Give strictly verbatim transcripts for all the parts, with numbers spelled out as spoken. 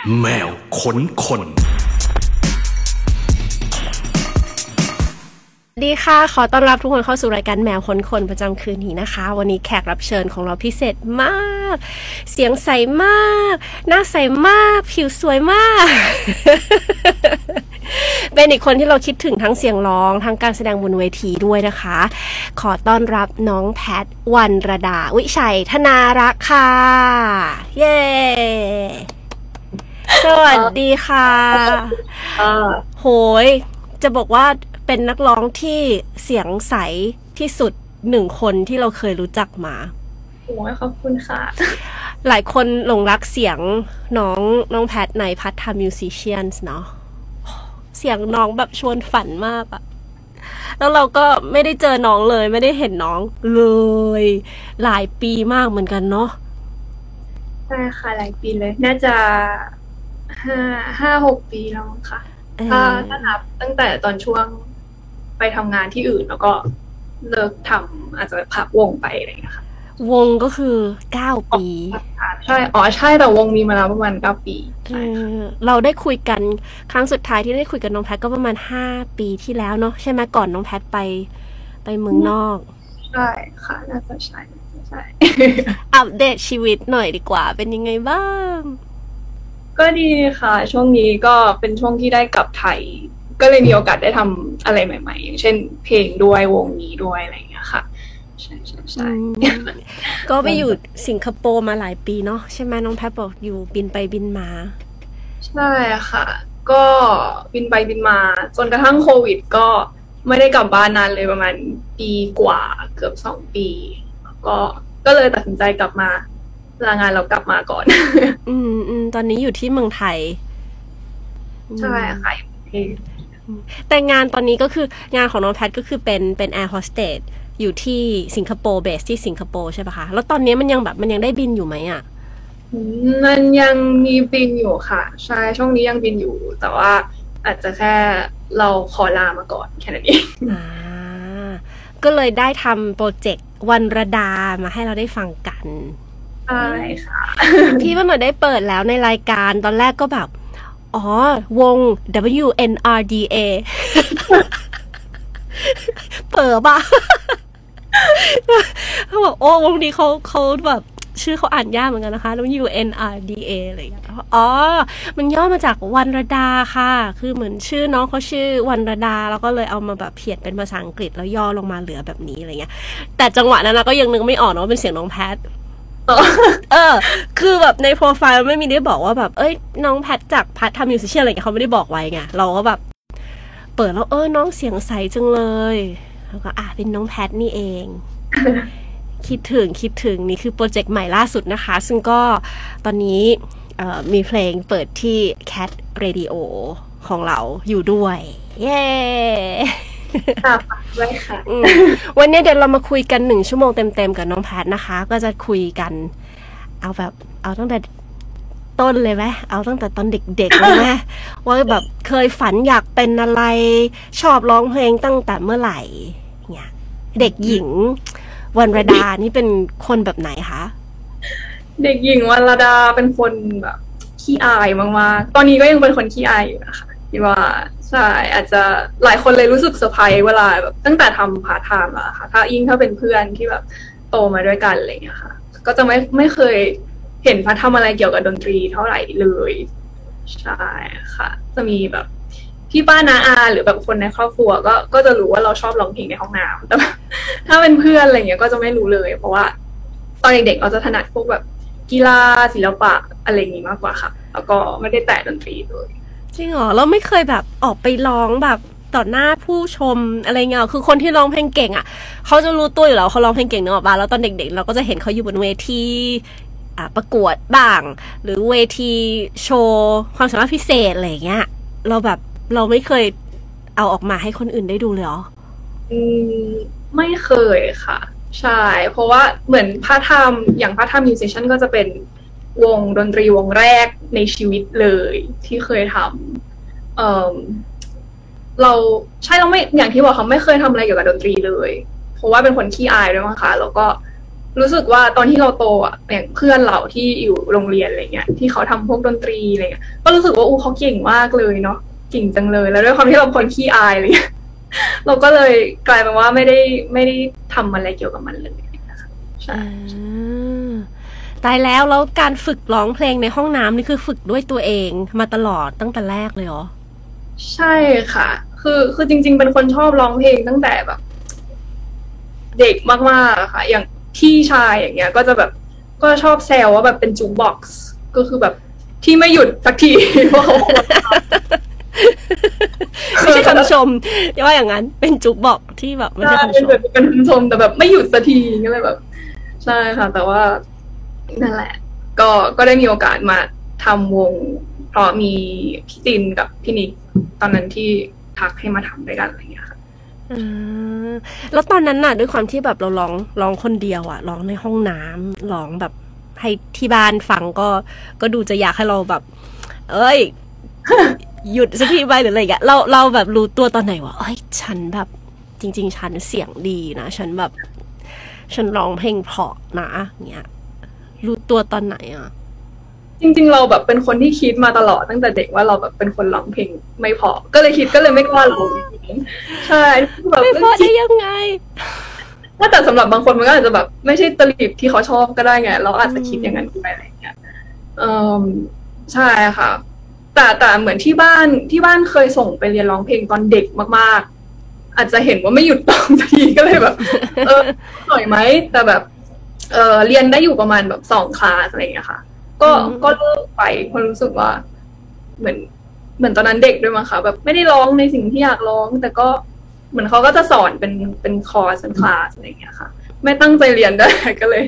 แมวขนคนดีค่ะขอต้อนรับทุกคนเข้าสู่รายการแมวค้นคนประจำคืนนี้นะคะวันนี้แขกรับเชิญของเราพิเศษมากเสียงใสมากหน้าใสมากผิวสวยมาก เป็นอีกคนที่เราคิดถึงทั้งเสียงร้องทั้งการแสดงบนเวทีด้วยนะคะขอต้อนรับน้องแพทวรรณรดาวิชัยธนารักษ์ค่ะเย้สวัสดีค่ะโหยจะบอกว่าเป็นนักร้องที่เสียงใสที่สุดหนึ่งคนที่เราเคยรู้จักมาโอ้ยขอบคุณค่ะหลายคนหลงรักเสียงน้องน้องแพทในพัทธามิวสิเชียนส์เนาะเสียงน้องแบบชวนฝันมากอะแล้วเราก็ไม่ได้เจอน้องเลยไม่ได้เห็นน้องเลยหลายปีมากเหมือนกันเนาะใช่ค่ะหลายปีเลยน่าจะห้าห้าหกปีแล้วค่ะถ้าถ้านับตั้งแต่ตอนช่วงไปทำงานที่อื่นแล้วก็เลิกทำอาจจะพักวงไปอะไรอย่างเงี้ยค่ะวงก็คือเก้าปีใช่อ๋อใช่แต่วงมีมาแล้วประมาณเก้าปีเราได้คุยกันครั้งสุดท้ายที่ได้คุยกับน้องแพทก็ประมาณห้าปีที่แล้วเนาะใช่ไหมก่อนน้องแพทไปไปเมืองนอกใช่ค่ะน่าจะใช่ใช่อัปเดตชีวิตหน่อยดีกว่าเป็นยังไงบ้างก็ดีค่ะช่วงนี้ก็เป็นช่วงที่ได้กลับไทยก็เลยมีโอกาสได้ทำอะไรใหม่ๆอย่างเช่นเพลงด้วยวงนี้ด้วยอะไรอย่างเงี้ยค่ะใช่ใช่ใช่ก็ไปอยู่สิงคโปร์มาหลายปีเนาะใช่ไหมน้องแพทบอกอยู่บินไปบินมาใช่ค่ะก็บินไปบินมาจนกระทั่งโควิดก็ไม่ได้กลับบ้านนานเลยประมาณปีกว่าเกือบสองปีก็ก็เลยตัดสินใจกลับมาลางานเรากลับมาก่อนอืมอืมตอนนี้อยู่ที่เมืองไทยใช่ค่ะแต่งานตอนนี้ก็คืองานของน้องแพทก็คือเป็นเป็นแอร์โฮสเตสอยู่ที่สิงคโปร์เบสที่สิงคโปร์ใช่ป่ะคะแล้วตอนนี้มันยังแบบมันยังได้บินอยู่ไหมอ่ะมันยังมีบินอยู่ค่ะใช่ช่วงนี้ยังบินอยู่แต่ว่าอาจจะแค่เราขอลามาก่อนแค่นั้นเองอ่าก็เลยได้ทำโปรเจกต์วรรณรดามาให้เราได้ฟังกันใช่ค่ะพี่ว่าหนูได้เปิดแล้วในรายการตอนแรกก็แบบอ๋อวง ดับเบิลยู เอ็น อาร์ ดี เอ เปิดป่ะเขาบอกโอ้วงนี้เขาเขาแบบชื่อเขาอ่านยากเหมือนกันนะคะ ดับเบิลยู เอ็น อาร์ ดี เอ อะไรอย่างเงี้ยอ๋อมันย่อมาจากวรรณรดาค่ะคือเหมือนชื่อน้องเขาชื่อวรรณรดาแล้วก็เลยเอามาแบบเขียนเป็นภาษาอังกฤษแล้วย่อลงมาเหลือแบบนี้อะไรเงี้ยแต่จังหวะนั้นเราก็ยังนึกไม่ออกนะว่าเป็นเสียงน้องแพทเออคือแบบในโปรไฟล์ไม่มีได้บอกว่าแบบเอ้ยน้องแพทจากพัททำมิวสิชเชียนอะไรเงี้ยเขาไม่ได้บอกไว้ไงเราก็แบบเปิดแล้วเออน้องเสียงใสจังเลยแล้วก็อ่ะเป็นน้องแพทนี่เอง คิดถึงคิดถึงนี่คือโปรเจกต์ใหม่ล่าสุดนะคะซึ่งก็ตอนนี้มีเพลงเปิดที่ Cat Radio ของเราอยู่ด้วยเย้ค่ะด้วยค่ะวันนี้เดี๋ยวเรามาคุยกันหนึ่งชั่วโมงเต็มๆกับน้องแพทนะคะก็จะคุยกันเอาแบบเอาตั้งแต่ต้นเลยไหมเอาตั้งแต่ตอนเด็กๆเลยไหมว่าแบบเคยฝันอยากเป็นอะไรชอบร้องเพลงตั้งแต่เมื่อไหร่เนี่ยเด็กหญิงวรรณรดานี่เป็นคนแบบไหนคะเด็กหญิงวรรณรดาเป็นคนแบบขี้อายมากๆตอนนี้ก็ยังเป็นคนขี้อายอยู่นะคะคิดว่าใช่อาจจะหลายคนเลยรู้สึกเซอร์ไพรส์เวลาแบบตั้งแต่ทำพาร์ทไทม์อะค่ะถ้ายิ่งถ้าเป็นเพื่อนที่แบบโตมาด้วยกันอะไรอย่างเงี้ยค่ะก็จะไม่ไม่เคยเห็นพัททำอะไรเกี่ยวกับดนตรีเท่าไหร่เลยใช่ค่ะจะมีแบบพี่ป้าน้าอาหรือแบบคนในครอบครัวก็ก็จะรู้ว่าเราชอบร้องเพลงในห้องน้ำแต่ถ้าเป็นเพื่อนอะไรเงี้ยก็จะไม่รู้เลยเพราะว่าตอนเด็กๆเราจะถนัดพวกแบบกีฬาศิลปะอะไรอย่างงี้มากกว่าค่ะแล้วก็ไม่ได้แตะดนตรีเลยจริงเหรอเราไม่เคยแบบออกไปร้องแบบต่อหน้าผู้ชมอะไรเงี้ยคือคนที่ร้องเพลงเก่งอ่ะเขาจะรู้ตัวอยู่แล้วเขาร้องเพลงเก่งเนอะบ้าแล้วตอนเด็กๆเราก็จะเห็นเขาอยู่บนเวทีอ่าประกวดบ้างหรือเวทีโชว์ความสามารถพิเศษอะไรเงี้ยเราแบบเราไม่เคยเอาออกมาให้คนอื่นได้ดูเลยเหรออืมไม่เคยค่ะใช่เพราะว่าเหมือนพาร์ทไทม์อย่างพาร์ทไทม์มิวสิชเชียนก็จะเป็นวงดนตรีวงแรกในชีวิตเลยที่เคยทำเอ่อเราใช่เราไม่อย่างที่บอกเขาไม่เคยทำอะไรเกี่ยวกับดนตรีเลยเพราะว่าเป็นคนขี้อายด้วยมั้งคะแล้วก็รู้สึกว่าตอนที่เราโตอ่ะอย่างเพื่อนเราที่อยู่โรงเรียนอะไรเงี้ยที่เขาทำพวกดนตรีอะไรเงี้ยก็รู้สึกว่าอู้เขาเก่งมากเลยเนาะเก่งจังเลยแล้วด้วยความที่เราเป็นคนขี้อายอะไรเงี้ยเราก็เลยกลายเป็นว่าไม่ได้ไม่ได้ทำอะไรเกี่ยวกับมันเลยนะคะใช่ตายแล้วแล้วการฝึกร้องเพลงในห้องน้ำนี่คือฝึกด้วยตัวเองมาตลอดตั้งแต่แรกเลยเหรอใช่ค่ะคือคือจริงๆเป็นคนชอบร้องเพลงตั้งแต่แบบเด็กมากๆค่ะอย่างพี่ชายอย่างเงี้ยก็จะแบบก็ชอบแซวว่าแบบเป็นจูบ็อกซ์ก็คือแบบที่ไม่หยุดสักทีเพราะเขาไม่ใช่คำชมแต่ว่าอย่างนั้นเป็นจูบ็อกที่แบบไม่ใช่คำชมเป็นคำชมแต่แบบไม่หยุดสักทีก็เลยแบบใช่ค่ะแต่ว่านั่นแหละก็ก็ได้มีโอกาสมาทำวงเพราะมีพี่จินกับพี่นิกตอนนั้นที่ทักให้มาทำด้วยกันอะไรอย่างเงี้ยค่ะแล้วตอนนั้นน่ะด้วยความที่แบบเราร้องร้องคนเดียวอะร้องในห้องน้ำร้องแบบให้ที่บ้านฟังก็ก็ดูจะอยากให้เราแบบเอ้ย หยุดสักทีไปหรืออะไรอย่างเงี้ยเราเราแบบรู้ตัวตอนไหนวะเอ้ยฉันแบบจริงๆฉันเสียงดีนะฉันแบบฉันร้องเพลงเพราะนะเงี้ยรู้ตัวตอนไหนอ่ะจริงๆเราแบบเป็นคนที่คิดมาตลอดตั้งแต่เด็กว่าเราแบบเป็นคนร้องเพลงไม่พอก็เลยคิดก็เลยไม่กล้าร้องใช่แบบไม่พอได้ยังไงถ้าแต่สำหรับบางคนมันก็อาจจะแบบไม่ใช่ตลิบที่เขาชอบก็ได้ไงเราอาจจะคิดอย่างนั้นไปอะไรอย่างเงี้ยเออใช่ค่ะแต่แต่เหมือนที่บ้านที่บ้านเคยส่งไปเรียนร้องเพลงตอนเด็กมากๆอาจจะเห็นว่าไม่หยุดร้องสักทีก็เลยแบบเออหน่อยไหมแต่แบบเออเรียนได้อยู่ประมาณแบบสองคลาสอะไรอย่างเงี้ยค่ะก็ก็เลิกไปเพราะรู้สึกว่าเหมือนเหมือนตอนนั้นเด็กด้วยมั้งคะแบบไม่ได้ร้องในสิ่งที่อยากร้องแต่ก็เหมือนเขาก็จะสอนเป็นเป็นคอร์สเป็นคลาสอะไรอย่างเงี้ยค่ะไม่ตั้งใจเรียนได้ก็เลย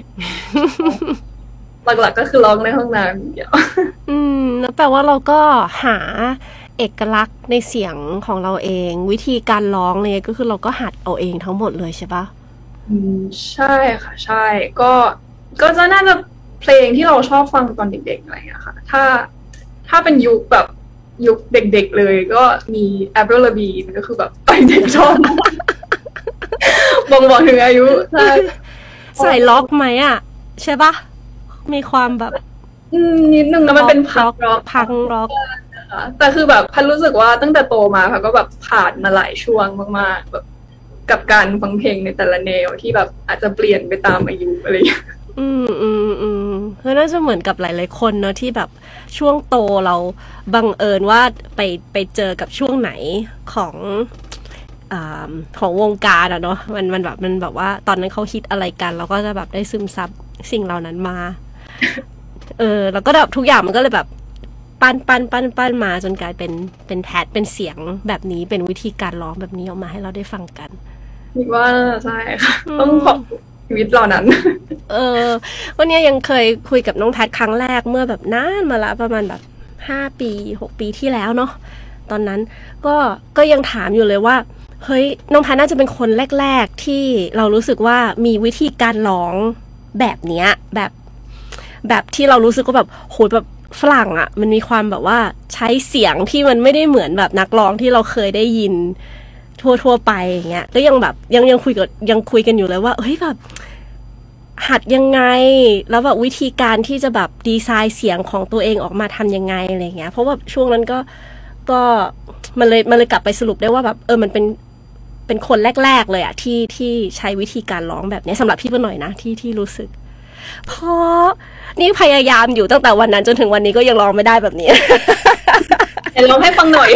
หลักๆก็คือร้องในห้องน้ำเดียวอืมแล้วแปลว่าเราก็หาเอกลักษณ์ในเสียงของเราเองวิธีการร้องเนี่ยก็คือเราก็หัดเอาเองทั้งหมดเลยใช่ปะอืมใช่ค่ะใช่ก็ก็จะน่าจะเพลงที่เราชอบฟังตอนเด็กๆอะไรอย่างเงี้ยค่ะถ้าถ้าเป็นยุคแบบยุคเด็กๆเลยก็มี Avril Lavigne ก็คือแบบตอนเด็กชอบบ่งบอกถึงอายุใช่ใส่ล็อกไหมอ่ะใช่ปะมีความแบบนิดนึงแล้วมันเป็นพังร็อกพังร็อกแต่คือแบบพันรู้สึกว่าตั้งแต่โตมาค่ะก็แบบผ่านมาหลายช่วงมากๆแบบกับการฟังเพลงในแต่ละแนวที่แบบอาจจะเปลี่ยนไปตามอายุอะไรอย่างเงี้ยอืมอืมอืมคือน่าจะเหมือนกับหลายๆคนเนอะที่แบบช่วงโตเราบังเอิญว่าไปไปเจอกับช่วงไหนของอ่าของวงการอะเนาะมันมันแบบมันแบบว่าตอนนั้นเขาฮิตอะไรกันเราก็จะแบบได้ซึมซับสิ่งเหล่านั้นมาเออแล้วก็แบบทุกอย่างมันก็เลยแบบปั้นปั้นปั้นปั้นมาจนกลายเป็นเป็นแพทเป็นเสียงแบบนี้เป็นวิธีการร้องแบบนี้ออกมาให้เราได้ฟังกันคิดว่าใช่ค่ะต้องขอบชีวิตเรานั้นเออวันนี้ยังเคยคุยกับน้องแพทครั้งแรกเมื่อแบบนานมาละประมาณแบบห้าปีหกปีที่แล้วเนาะตอนนั้นก็ก็ยังถามอยู่เลยว่าเฮ้ยน้องแพทน่าจะเป็นคนแรกๆที่เรารู้สึกว่ามีวิธีการร้องแบบเนี้ยแบบแบบที่เรารู้สึกว่าแบบโหแบบฝรั่งอ่ะมันมีความแบบว่าใช้เสียงที่มันไม่ได้เหมือนแบบนักร้องที่เราเคยได้ยินทั่วๆไปอย่างเงี้ยก็ยังแบบยังยังคุยกับยังคุยกันอยู่เลยว่าเฮ้ยแบบหัดยังไงแล้วแบบวิธีการที่จะแบบดีไซน์เสียงของตัวเองออกมาทำยังไงอะไรเงี้ยเพราะว่าช่วงนั้นก็ก็มันเลยมันเลยกลับไปสรุปได้ว่าแบบเออมันเป็นเป็นคนแรกๆเลยอะที่ที่ใช้วิธีการร้องแบบนี้สำหรับพี่เปิ้ลหน่อยนะที่ที่รู้สึกเพราะนี่พยายามอยู่ตั้งแต่วันนั้นจนถึงวันนี้ก็ยังร้องไม่ได้แบบนี้เดี๋ยวร้องให้ฟังหน่อย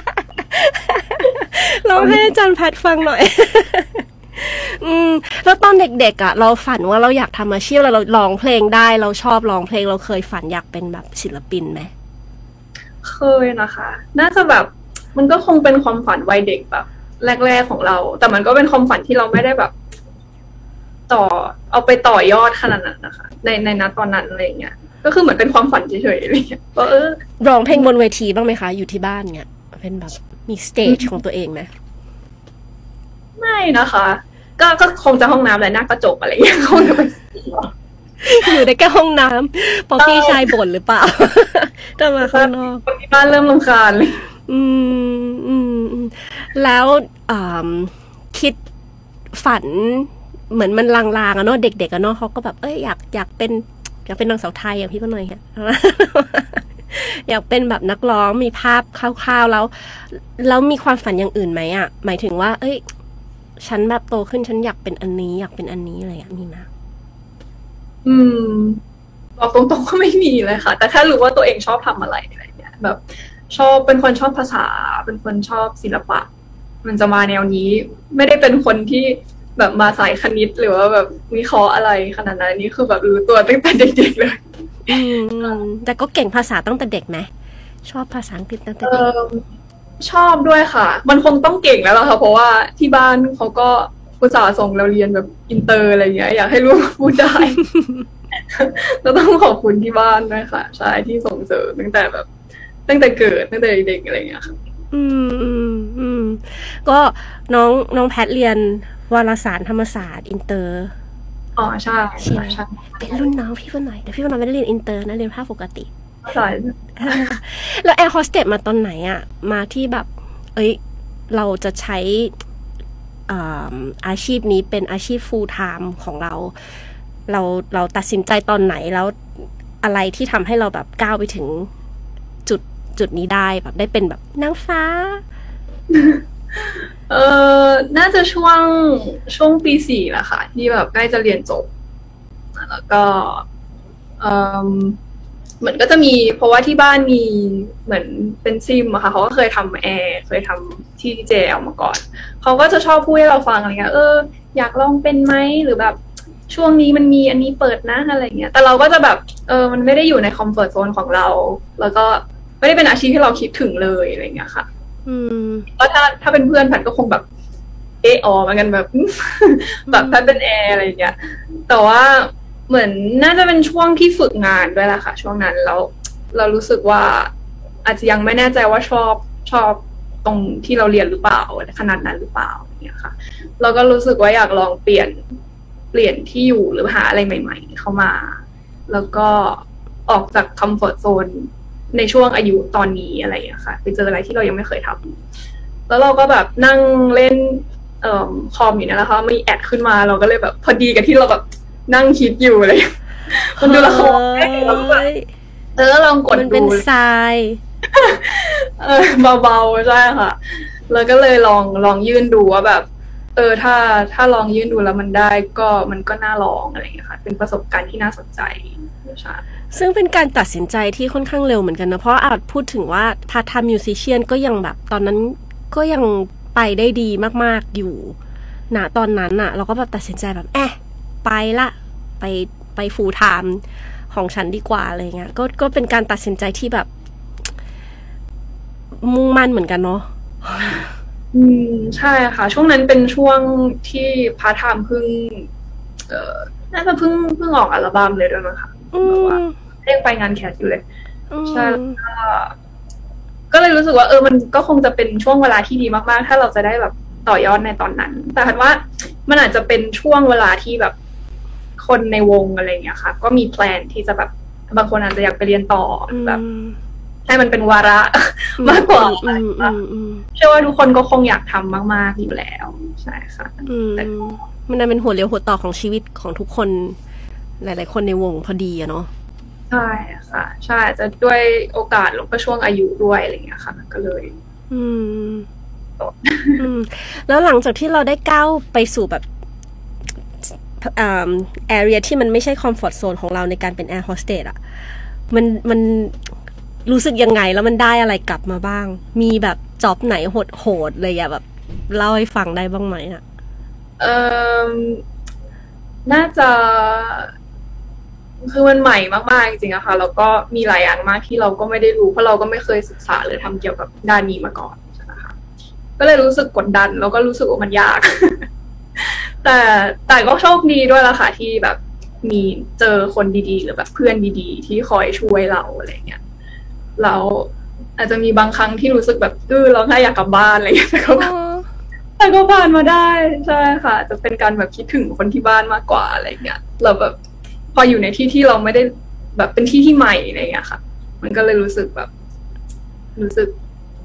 ร้องให้อาจารย์แพทฟังหน่อยอืมแล้วตอนเด็กๆอ่ะเราฝันว่าเราอยากทำอาชีพเราเราร้องเพลงได้เราชอบร้องเพลงเราเคยฝันอยากเป็นแบบศิลปินไหมเคยนะคะน่าจะแบบมันก็คงเป็นความฝันวัยเด็กแบบแรกๆของเราแต่มันก็เป็นความฝันที่เราไม่ได้แบบต่อเอาไปต่อยอดขนาดนั้นนะคะในในนัดตอนนั้นอะไรเงี้ยก็คือเหมือนเป็นความฝันเฉยๆอะไรเงี้ยก็เออร้องเพลงบนเวทีบ้างไหมคะอยู่ที่บ้านเงี้ยเป็นแบบมีสเตจของตัวเองไหมไม่นะคะก็ก็คงจะห้องน้ำแหละหน้ากระจกอะไรอย่างเงี้ยคงจะเป็นอยู่ในแค่ห้องน้ำพอพี่ชายบ่นหรือเปล่าต้องมาข้างนอกที่บ้านเริ่มรำคาญเลยอืมอืมแล้วคิดฝันเหมือนมันลางๆอะเนาะเด็กๆอะเนาะเขาก็แบบเอ้ยอยากอยากเป็นอยากเป็นนางสาวไทยอย่างพี่ป้าหน่อยค่ะ อยากเป็นแบบนักร้องมีภาพคร่าวๆแล้วแล้วมีความฝันอย่างอื่นไหมอะหมายถึงว่า เอ้ยฉันแบบโตขึ้นฉันอยากเป็นอันนี้อยากเป็นอันนี้อะไรอะมีไหมอืมบอกตรงๆก็ไม่มีเลยค่ะ แต่แค่รู้ว่าตัวเองชอบทำอะไรอะไรเงี้ยแบบชอบเป็นคนชอบภาษาเป็นคนชอบศิลปะมันจะมาแนวนี้ไม่ได้เป็นคนที่แบบมาสายคณิตหรือว่าแบบวิเคราะห์อะไรขนาดนั้นนี่คือแบบรู้ตัวตั้งแต่เด็กๆเลยอืมแต่ก็เก่งภาษาตั้งแต่เด็กไหมชอบภาษาอังกฤษตั้งแต่เด็กชอบด้วยค่ะมันคงต้องเก่งแล้วล่ะค่ะเพราะว่าที่บ้านเขาก็อุตส่าห์ส่งเราเรียนแบบอินเตอร์อะไรเงี้ยอยากให้ลูกพูดได้ ก็ต้องขอบคุณที่บ้านด้วยค่ะใช่ที่ส่งเสริมตั้งแต่แบบ ตั้งแต่เกิดตั้งแต่เด็กอะไรเงี้ยค่ะอืมอืมอืมก็น้องน้องแพทเรียนวารสารธรรมศาสตร์อินเตอร์อ๋อใช่ใช่ใช่เป็นรุ่นน้องพี่คนหน่อยแต่พี่คนหน่อยไม่ได้เรียนอินเตอร์นะเรียนภาคปกติใช่แล้วแอร์โฮสเตสมาตอนไหนอ่ะมาที่แบบเอ้ยเราจะใช้อาชีพนี้เป็นอาชีพ full time ของเราเราเราตัดสินใจตอนไหนแล้วอะไรที่ทำให้เราแบบก้าวไปถึงจุดจุดนี้ได้แบบได้เป็นแบบนางฟ้าเออน่าจะช่วงช่วงปีสี่แหละค่ะที่แบบใกล้จะเรียนจบแล้วก็เออเหมือนก็จะมีเพราะว่าที่บ้านมีเหมือนเป็นซิมอะค่ะเขาก็เคยทำแอร์เคยทำที่เจลมาก่อนเขาก็จะชอบพูดให้เราฟังอะไรเงี้ยเอออยากลองเป็นไหมหรือแบบช่วงนี้มันมีอันนี้เปิดนะอะไรเงี้ยแต่เราก็จะแบบเออมันไม่ได้อยู่ในคอมฟอร์ตโซนของเราแล้วก็ไม่ได้เป็นอาชีพที่เราคิดถึงเลยอะไรเงี้ยค่ะอืมแล้วถ้าถ้าเป็นเพื่อนแพทก็คงแบบเอออ๋อเหมือนกันแบบแบบแพทเป็นแอร์อะไรเงี้ยแต่ว่าเหมือนน่าจะเป็นช่วงที่ฝึกงานด้วยแหละค่ะช่วงนั้นแล้วเรารู้สึกว่าอาจจะยังไม่แน่ใจว่าชอบชอบตรงที่เราเรียนหรือเปล่าขนาดนั้นหรือเปล่าเนี่ยค่ะเราก็รู้สึกว่าอยากลองเปลี่ยนเปลี่ยนที่อยู่หรือหาอะไรใหม่ๆเข้ามาแล้วก็ออกจากคอมฟอร์ตโซนในช่วงอายุตอนนี้อะไรอย่างเงี้ยค่ะไปเจออะไรที่เรายังไม่เคยทำแล้วเราก็แบบนั่งเล่นเอ่อคอมอยู่นั่นแหละค่ะมีแอดขึ้นมาเราก็เลยแบบพอดีกับที่เราแบบนั่งคิดอยู่เลยมันดูละครแล้วก็แบบเออลองกดดูมันเป็นทรายเออเบาๆใช่ค่ะแล้วก็เลยลองลองยื่นดูว่าแบบเออถ้าถ้าลองยื่นดูแล้วมันได้ก็มันก็น่าลองอะไรอย่างเงี้ยค่ะเป็นประสบการณ์ที่น่าสนใจใช่ซึ่งเป็นการตัดสินใจที่ค่อนข้างเร็วเหมือนกันนะเพราะอาจพูดถึงว่าพาร์ทไทม์มิวสิเชียนก็ยังแบบตอนนั้นก็ยังไปได้ดีมากๆอยู่ณตอนนั้นอะเราก็แบบตัดสินใจแบบแอะไปละไปไปฟูลไทม์ของฉันดีกว่าอะไรเงี้ยก็ก็เป็นการตัดสินใจที่แบบมุ่งมั่นเหมือนกันเนาะอืมใช่ค่ะช่วงนั้นเป็นช่วงที่พาร์ทไทม์เพิ่งเอ่อน่าจะเพิ่งเพิ่งออกอัลบั้มเลยด้วยมั้งค่ะว่าเร่งไปงานแคสอยู่เลยใช่ก็ก็เลยรู้สึกว่าเออมันก็คงจะเป็นช่วงเวลาที่ดีมากๆถ้าเราจะได้แบบต่อยอดในตอนนั้นแต่คันว่ามันอาจจะเป็นช่วงเวลาที่แบบคนในวงอะไรอย่างเงี้ยค่ะก็มีแพลนที่จะแบบบางคนอาจจะอยากไปเรียนต่อแบบให้มันเป็นวาระมากกว่าเชื่อว่าทุกคนก็คงอยากทำมากๆอยู่แล้วใช่ค่ะมันเป็นหัวเลี้ยวหัวต่อของชีวิตของทุกคนหลายๆคนในวงพอดีอะเนาะใช่ค่ะใช่จะด้วยโอกาสแล้วก็ช่วงอายุด้วยอะไรอย่างเงี้ยค่ะก็เลยอืมแล้วหลังจากที่เราได้ก้าวไปสู่แบบอ่าแอเรียที่มันไม่ใช่คอมฟอร์ตโซนของเราในการเป็นแอร์โฮสเตสอะมันมันรู้สึกยังไงแล้วมันได้อะไรกลับมาบ้างมีแบบจ็อบไหนโหดๆเลยอะแบบเล่าให้ฟังได้บ้างไหมอะเอ่อน่าจะคือมันใหม่มากๆจริงๆอะค่ะแล้วก็มีหลายอย่างมากที่เราก็ไม่ได้รู้เพราะเราก็ไม่เคยศึกษาหรือทำเกี่ยวกับด้านนี้มาก่อนนะคะก็เลยรู้สึกกดดันแล้วก็รู้สึกว่ามันยาก แต่แต่ก็โชคดีด้วยละค่ะที่แบบมีเจอคนดีๆหรือแบบเพื่อนดีๆที่คอยช่วยเราอะไรเงี้ยแล้วอาจจะมีบางครั้งที่รู้สึกแบบดื้อร้องไห้อยากกลับบ้านอะไรอย่างเงี้ยแต่ก็แต่ก็ผ่านมาได้ใช่ค่ะจะเป็นการแบบคิดถึงคนที่บ้านมากกว่าอะไรเงี้ยเราแบบพออยู่ในที่ที่เราไม่ได้แบบเป็นที่ที่ใหม่อะไรเงี้ยค่ะมันก็เลยรู้สึกแบบรู้สึก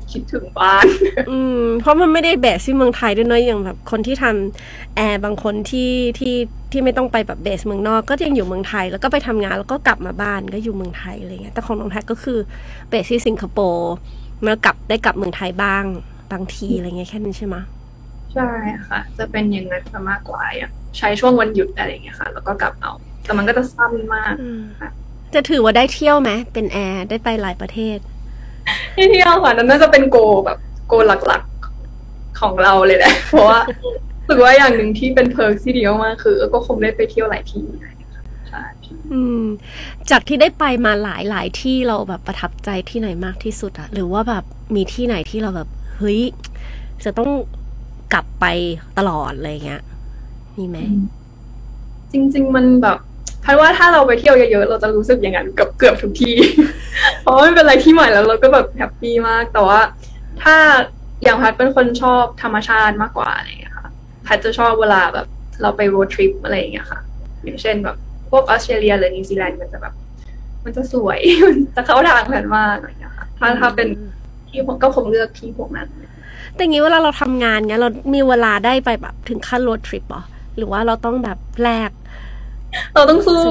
คิดถึงบ้านอืมเพราะมันไม่ได้แบบที่เมืองไทยด้วยเนอะอย่างแบบคนที่ทำแอร์บางคนที่ที่ที่ไม่ต้องไปแบบเบสเมืองนอกก็ยังอยู่เมืองไทยแล้วก็ไปทำงานแล้วก็กลับมาบ้านก็อยู่เมืองไทยอะไรเงี้ยแต่ของน้องแพทก็คือเบสที่สิงคโปร์เมื่อกลับได้กลับเมืองไทยบ้างบางทีอะไรเงี้ยแค่นั้นใช่ไหมใช่ค่ะ จะเป็นอย่างนั้นมากกว่าอย่างใช้ช่วงวันหยุดอะไรอย่างเงี้ยค่ะแล้วก็กลับเอาแต่มันก็จะสั้นมากค่ะจะถือว่าได้เที่ยวไหมเป็นแอร์ได้ไปหลายประเทศที่เที่ยวค่ะนั่นน่าจะเป็นโกแบบโกหลักๆของเราเลยแหละเพราะว่ารู้สึกว่าอย่างหนึ่งที่เป็นเพิร์กที่ดีมากคือก็คงได้ไปเที่ยวหลายที่ใช่อืมจากที่ได้ไปมาหลายหลายที่เราแบบประทับใจที่ไหนมากที่สุดอะหรือว่าแบบมีที่ไหนที่เราแบบเฮ้ยจะต้องกลับไปตลอดอะไรเงี้ยมีไหมจริงๆมันแบบเพราะว่าถ้าเราไปเที่ยวเยอะๆเราจะรู้สึกอย่างนั้นกับเกือบทุกที่ เพราะไม่เป็นอะไรที่ใหม่แล้วเราก็แบบแฮปปี้มากแต่ว่าถ้าอย่างพัดเป็นคนชอบธรรมชาติมากกว่าอะไรอย่างเงี้ยค่ะพัดจะชอบเวลาแบบเราไปโรดทริปอะไรอย่างเงี้ยค่ะอย่างเช่นแบบพวกออสเตรเลียหรือนิวซีแลนด์มันจะแบบมันจะสวย จะเข้าทางแผนมากอะไรอย่างเงี้ยค่ะถ้าถ้าเป็นที่ก็คงเลือกที่พวกนั้นแต่งี้เวลาเราทำงานเงี้ยเรามีเวลาได้ไปแบบถึงขั้นโรดทริปหรอหรือว่าเราต้องแบบแลกเราต้องสู้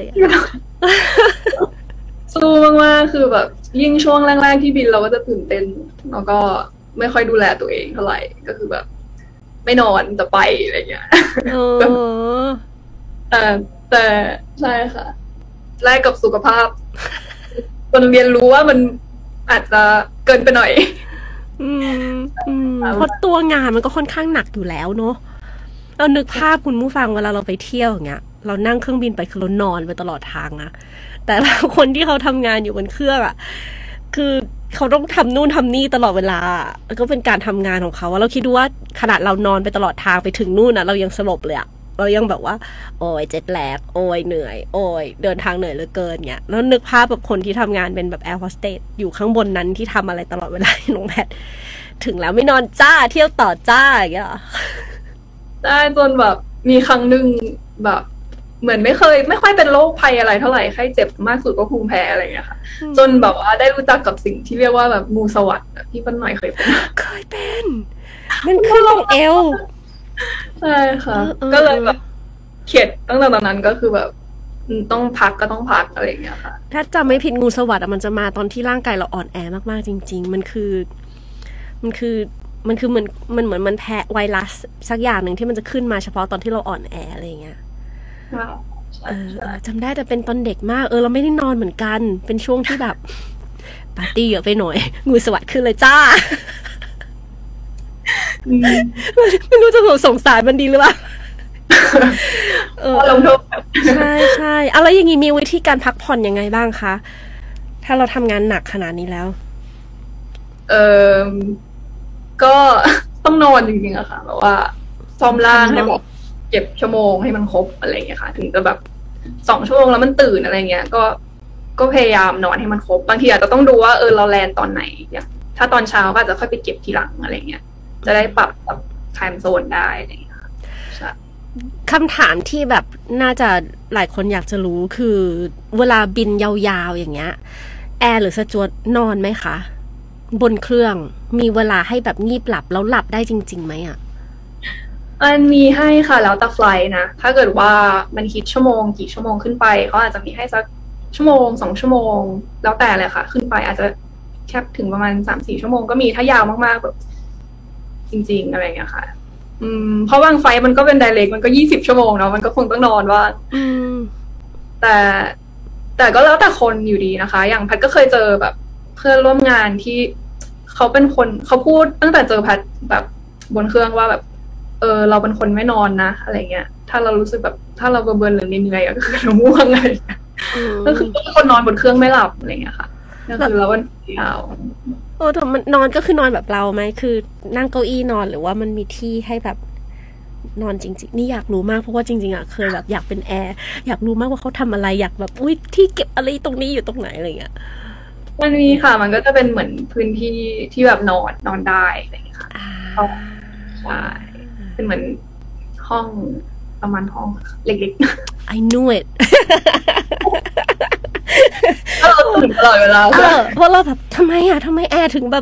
สู้มากๆคือแบบยิ่งช่วงแรกๆที่บินเราก็จะตื่นเต้นแล้วก็ไม่ค่อยดูแลตัวเองเท่าไหร่ก็คือแบบไม่นอนแต่ไปอะไรเงี้ยแต่แต่ใช่ค่ะแลกกับสุขภาพคนเรียนรู้ว่ามันอาจจะเกินไปหน่อยอืมอืมเพราะตัวงานมันก็ค่อนข้างหนักอยู่แล้วเนาะเรานึกภาพคุณผู้ฟังเวลาเราไปเที่ยวอย่างเงี้ยเรานั่งเครื่องบินไปคือเรานอนไปตลอดทางนะแต่คนที่เขาทำงานอยู่บนเครื่องอ่ะคือเขาต้องทำนู่นทำนี่ตลอดเวลาแล้วก็เป็นการทำงานของเขาเราคิดดูว่าขนาดเรานอนไปตลอดทางไปถึงนู่นอ่ะเรายังสลบเลยอ่ะเรายังแบบว่าโอ้ยเจ็ตแลกโอ้ยเหนื่อยโอ้ยเดินทางเหนื่อยเหลือเกินเงี้ยแล้วนึกภาพแบบคนที่ทำงานเป็นแบบแอร์โฮสเตสอยู่ข้างบนนั้นที่ทำอะไรตลอดเวลาน้องแพทถึงแล้วไม่นอนจ้าเที่ยวต่อจ้าอย่างเงี้ยได้จนแบบมีครั้งหนึ่งแบบเหมือนไม่เคยไม่ค่อยเป็นโรคภัยอะไรเท่าไหร่ไข้เจ็บมากสุดก็ภูมิแพ้อะไรอย่างเงี้ยค่ะจนแบบว่าได้รู้จักกับสิ่งที่เรียกว่าแบบงูสวัสด์ที่ป้าหน่อยเคยเป็นเคยเป็นมันคือลงเอวใช่ค่ะก็เลยแบบเข็ดตั้งแต่ตอนนั้นก็คือแบบต้องพักก็ต้องพักอะไรอย่างเงี้ยค่ะถ้าจำไม่ผิดงูสวัสด์มันจะมาตอนที่ร่างกายเราอ่อนแอมากๆจริงๆมันคือมันคือมันคือเหมือนมันเหมือนมันแพ้ไวรัสสักอย่างหนึ่งที่มันจะขึ้นมาเฉพาะตอนที่เราอ่อนแออะไรอย่างเงี้ยเออจำได้แต่เป็นตอนเด็กมากเออเราไม่ได้นอนเหมือนกันเป็นช่วงที่แบบปาร์ตี้เยอะไปหน่อยงูสวัสด์ขึ้นเลยจ้าไม่รู้จะสงสารมันดีหรือเปล่าเออลงโทษใช่ใช่เอาแล้วอย่างงี้มีวิธีการพักผ่อนยังไงบ้างคะถ้าเราทำงานหนักขนาดนี้แล้วเออก็ต้องนอนจริงๆอะค่ะแบบว่าซ้อมร่างให้แบบเก็บชั่วโมงให้มันครบอะไรอย่างเงี้ยค่ะถึงจะแบบสองชั่วโมงแล้วมันตื่นอะไรเงี้ยก็ก็พยายามนอนให้มันครบบางทีอาจจะต้องดูว่าเออเราแลนตอนไหนอย่างถ้าตอนเช้าก็อาจจะค่อยไปเก็บทีหลังอะไรเงี้ยจะได้ปรับแบบไทม์โซนได้อะไรเงี้ยใช่คำถามที่แบบน่าจะหลายคนอยากจะรู้คือเวลาบินยาวๆอย่างเงี้ยแอร์หรือสจ๊วตนอนไหมคะบนเครื่องมีเวลาให้แบบงีบหลับแล้วหลับได้จริงๆไหมอ่ะอันมีให้ค่ะแล้วแต่ไฟล์นะถ้าเกิดว่ามันคิดชั่วโมงกี่ชั่วโมงขึ้นไปเขาอาจจะมีให้สักชั่วโมงสองชั่วโมงแล้วแต่เลยค่ะขึ้นไปอาจจะแคบถึงประมาณสามสี่ชั่วโมงก็มีถ้ายาวมากๆแบบจริงๆอะไรอย่างเงี้ยค่ะอืมเพราะบางไฟล์มันก็เป็นไดเรกมันก็ยี่สิบชั่วโมงเนาะมันก็คงต้องนอนว่าอืมแต่แต่ก็แล้วแต่คนอยู่ดีนะคะอย่างพัดก็เคยเจอแบบเพื่อนร่วมงานที่เขาเป็นคนเขาพูดตั้งแต่เจอพัดแบบบนเครื่องว่าแบบเออเราเป็นคนไม่นอนนะอะไรเงี้ยถ้าเรารู้สึกแบบถ้าเราเบื่อๆหรือเหนื่อยๆก็คือเราง่วงอะไรก็คือคนนอนบนเครื่องไม่หลับอะไรเงี้ยค่ะก็คือเราวันยาวโอ้แต่มันนอนก็คือนอนแบบเราไหมคือนั่งเก้าอี้นอนหรือว่ามันมีที่ให้แบบนอนจริงๆนี่อยากรู้มากเพราะว่าจริงๆอ่ะเคยแบบอยากเป็นแอร์อยากรู้มากว่าเขาทำอะไรอยากแบบอุ้ยที่เก็บอะไรตรงนี้อยู่ตรงไหนอะไรเงี้ยมันมีค่ะมันก็จะเป็นเหมือนพื้นที่ที่แบบนอนนอนได้อะไรอย่างเงี้ยค่ะใช่เป็นเหมือนห้องประมาณห้องเล็กๆ I knew it ถ้าเราตื่นตลอดเวลาเออว่าเราแบบทำไมอ่ะทำไมแอร์ถึงแบบ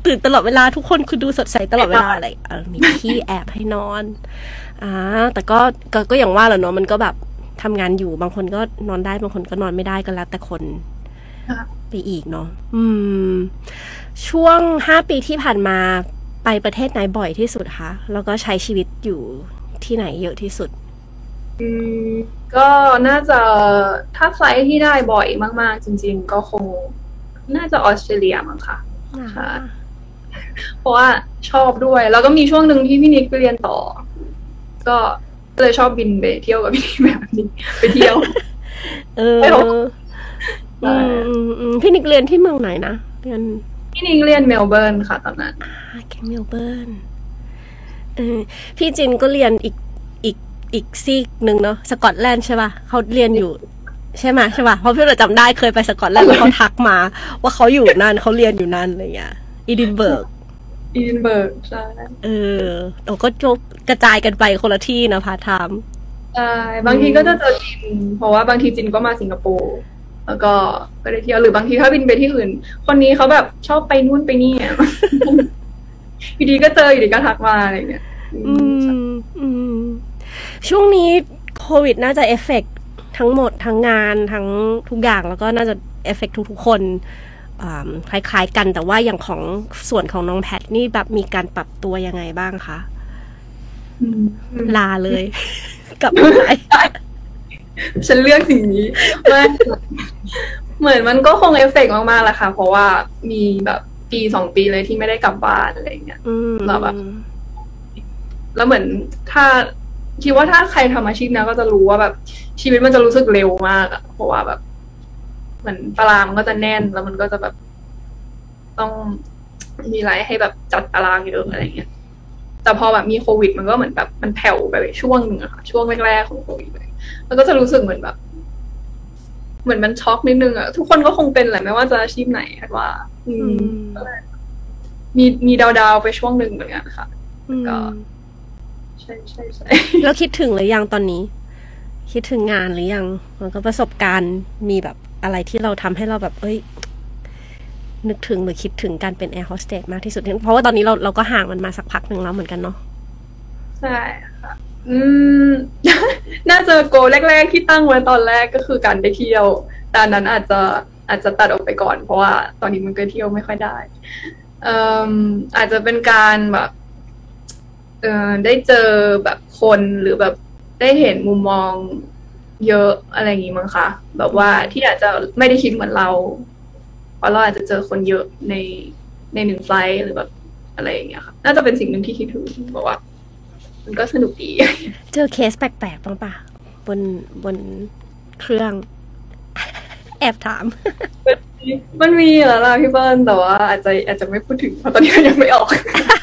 ตื่นตลอดเวลาทุกคนคือดูสดใสตลอดเวลาอะไรอ่ะมีที่แอบให้นอนอ่าแต่ก็ก็ก็อย่างว่าแหละเนาะมันก็แบบทำงานอยู่บางคนก็นอนได้บางคนก็นอนไม่ได้ก็แล้วแต่คนไปอีกเนาะอืมช่วงห้าปีที่ผ่านมาไปประเทศไหนบ่อยที่สุดคะแล้วก็ใช้ชีวิตอยู่ที่ไหนเยอะที่สุดอืมก็น่าจะถ้าไฟล์ที่ได้บ่อยมากๆจริงๆก็คงน่าจะออสเตรเลียมั้งค่ะค่ะเพราะว่าชอบด้วยแล้วก็มีช่วงหนึ่งที่พี่นิกไปเรียนต่อก็เลยชอบบินไปเที่ยวกับพี่นิกแบบนี้ไปเที่ยวเอออืมพี่นิกเรียนที่เมืองไหนนะเรียนพี่นิกเรียนเมลเบิร์นค่ะตอนนั้นอ่าแค่เมลเบิร์นเออพี่จินก็เรียนอีกอีกอีกซีกหนึ่งเนาะสกอตแลนด์ใช่ป่ะเขาเรียนอยู่ใช่ไหมใช่ป่ะเพราะพี่เราจำได้เคยไปสกอตแลนด์แล้วเขาทักมาว่าเขาอยู่นั่นเขาเรียนอยู่นั่นอะไรเงี้ยอีดินเบิร์กอีดินเบิร์กใช่เออเราก็จบกระจายกันไปคนละที่นะพาร์ทไทม์ใช่บางทีก็จะเจอจินเพราะว่าบางทีจินก็มาสิงคโปร์แล้วก็ไปเที่ยวหรือบางทีถ้าบินไปที่อื่นคนนี้เขาแบบชอบไปนู่นไปนี่อ่ะอยู่ดีก็เจออยู่ดีก็ทักมาอะไรเงี้ยอืมอืมช่วงนี้โควิดน่าจะเอฟเฟกต์ทั้งหมดทั้งงานทั้งทุกอย่างแล้วก็น่าจะเอฟเฟกต์ทุกๆคนคล้ายๆกันแต่ว่าอย่างของส่วนของน้องแพทนี่แบบมีการปรับตัวยังไงบ้างคะลาเลยกลับไปฉันเลือกสิ่งนี้ไม่เหมือนมันก็คงเอฟเฟกต์มากๆแหละค่ะเพราะว่ามีแบบปีสองปีเลยที่ไม่ได้กลับบ้านอะไรเงี้ยแล้วแบบแล้วเหมือนถ้าคิดว่าถ้าใครทำอาชีพนะก็จะรู้ว่าแบบชีวิตมันจะรู้สึกเร็วมากอะเพราะว่าแบบเหมือนตารางมันก็จะแน่นแล้วมันก็จะแบบต้องมีอะไรให้แบบจัดตารางเยอะอะไรเงี้ยแต่พอแบบมีโควิดมันก็เหมือนแบบมันแผ่วไปช่วงหนึ่งอะค่ะช่วงแรกๆของโควิดเลยแล้วก็จะรู้สึกเหมือนแบบเหมือนมันช็อกนิดนึงอะทุกคนก็คงเป็นแหละไม่ว่าจะอาชีพไหนว่าอืมมีมีดาวๆไปช่วงหนึ่งเหมือนกันค่ะก็ใช่ใช่ใช่แล้วคิดถึงหรือยังตอนนี้คิดถึงงานหรือยังมันก็ประสบการณ์มีแบบอะไรที่เราทำให้เราแบบเอ้ยนึกถึงหรือคิดถึงการเป็นแอร์โฮสเตสมากที่สุดเพราะว่าตอนนี้เราเราก็ห่างมันมาสักพักหนึ่งแล้วเหมือนกันเนาะใช่ค่ะอืมน่าจะโกแรกๆที่ตั้งไว้ตอนแรกก็คือการได้เที่ยวแต่นั้นอาจจะอาจจะตัดออกไปก่อนเพราะว่าตอนนี้มันก็เที่ยวไม่ค่อยได้เอ่ออาจจะเป็นการแบบเอ่อได้เจอแบบคนหรือแบบได้เห็นมุมมองเยอะอะไรอย่างงี้มั้งคะแบบว่าที่อาจจะไม่ได้คิดเหมือนเราเพราะเราอาจจะเจอคนเยอะในในหนึ่งไฟล์หรือแบบอะไรอย่างเงี้ยค่ะน่าจะเป็นสิ่งหนึ่งที่คิดถึงบอกว่ามันก็สนุกดีเจอเคสแปลกๆบ้างปะบนบนเครื่องแอบถามมันมีแล้วล่ะพี่เปิ้ลแต่ว่าอาจจะอาจจะไม่พูดถึงเพราะตอนนี้ยังไม่ออก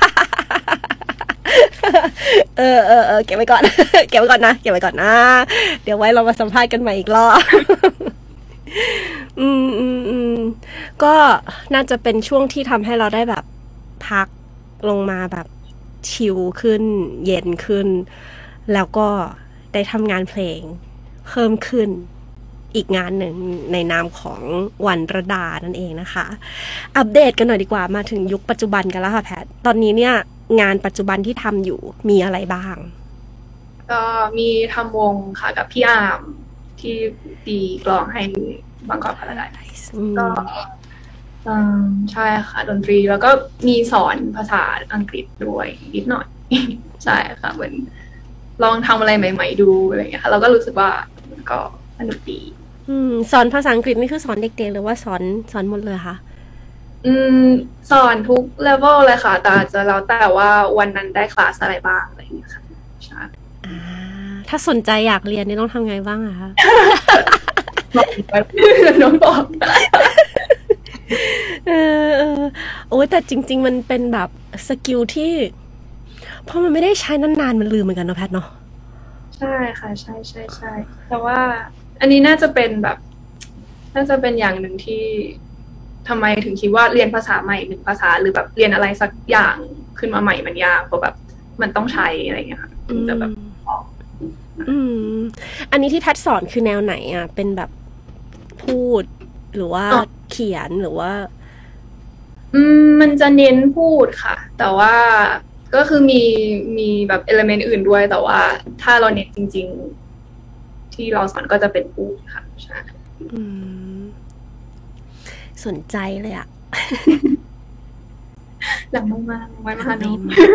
เออเออเออเก็บไว้ก่อนเก็บไว้ก่อนนะเก็บไว้ก่อนนะเดี๋ยวไว้เรามาสัมภาษณ์กันใหม่อีกรอบอืมอืมอืมก็น่าจะเป็นช่วงที่ทำให้เราได้แบบพักลงมาแบบชิลขึ้นเย็นขึ้นแล้วก็ได้ทำงานเพลงเพิ่มขึ้นอีกงานหนึ่งในนามของวันระดานั่นเองนะคะอัปเดตกันหน่อยดีกว่ามาถึงยุคปัจจุบันกันแล้วค่ะแพทตอนนี้เนี่ยงานปัจจุบันที่ทำอยู่มีอะไรบ้างก็มีทำวงค่ะกับพี่อาร์มที่ตีกลองให้บางกอกพาราไดซ์ก็ใช่ค่ะดนตรีแล้วก็มีสอนภาษาอังกฤษด้วยนิดหน่อยใช่ค่ะเหมือนลองทำอะไรใหม่ๆดูอะไรอย่างเงี้ยค่ะเราก็รู้สึกว่ามันก็สนุกดีสอนภาษาอังกฤษนี่คือสอนเด็กๆหรือว่าสอนสอนหมดเลยคะอืมสอนทุกเลเวลเลยค่ะแต่อาจจะแล้วแต่ว่าวันนั้นได้คลาสอะไรบ้างอะไรอย่างเงี้ยค่ะใช่ถ้าสนใจอยากเรียนนี่ต้องทำไงบ้างอะคะน้องบอกเออโอ้แต่จริงๆมันเป็นแบบสกิลที่เพราะมันไม่ได้ใช้นานๆมันลืมเหมือนกันเนาะแพทเนาะใช่ค่ะใช่ใช่ใช่แต่ว่าอันนี้น่าจะเป็นแบบน่าจะเป็นอย่างหนึ่งที่ทำไมถึงคิดว่าเรียนภาษาใหม่หนึ่งภาษาหรือแบบเรียนอะไรสักอย่างขึ้นมาใหม่มันยากเพราะแบบมันต้องใช้อะไรอย่างเงี้ยค่ะแต่แบบอืมอันนี้ที่แพทสอนคือแนวไหนอ่ะเป็นแบบพูดหรือว่าเขียนหรือว่าอืมมันจะเน้นพูดค่ะ แต่ว่าก็คือมีมีแบบเอลิเมนต์อื่นด้วย แต่ว่าถ้าเราเน้นจริงๆที่เราสอนก็จะเป็นพูดค่ะใช่อืมสนใจเลยอะหลังมากๆไว้มาหาน้อง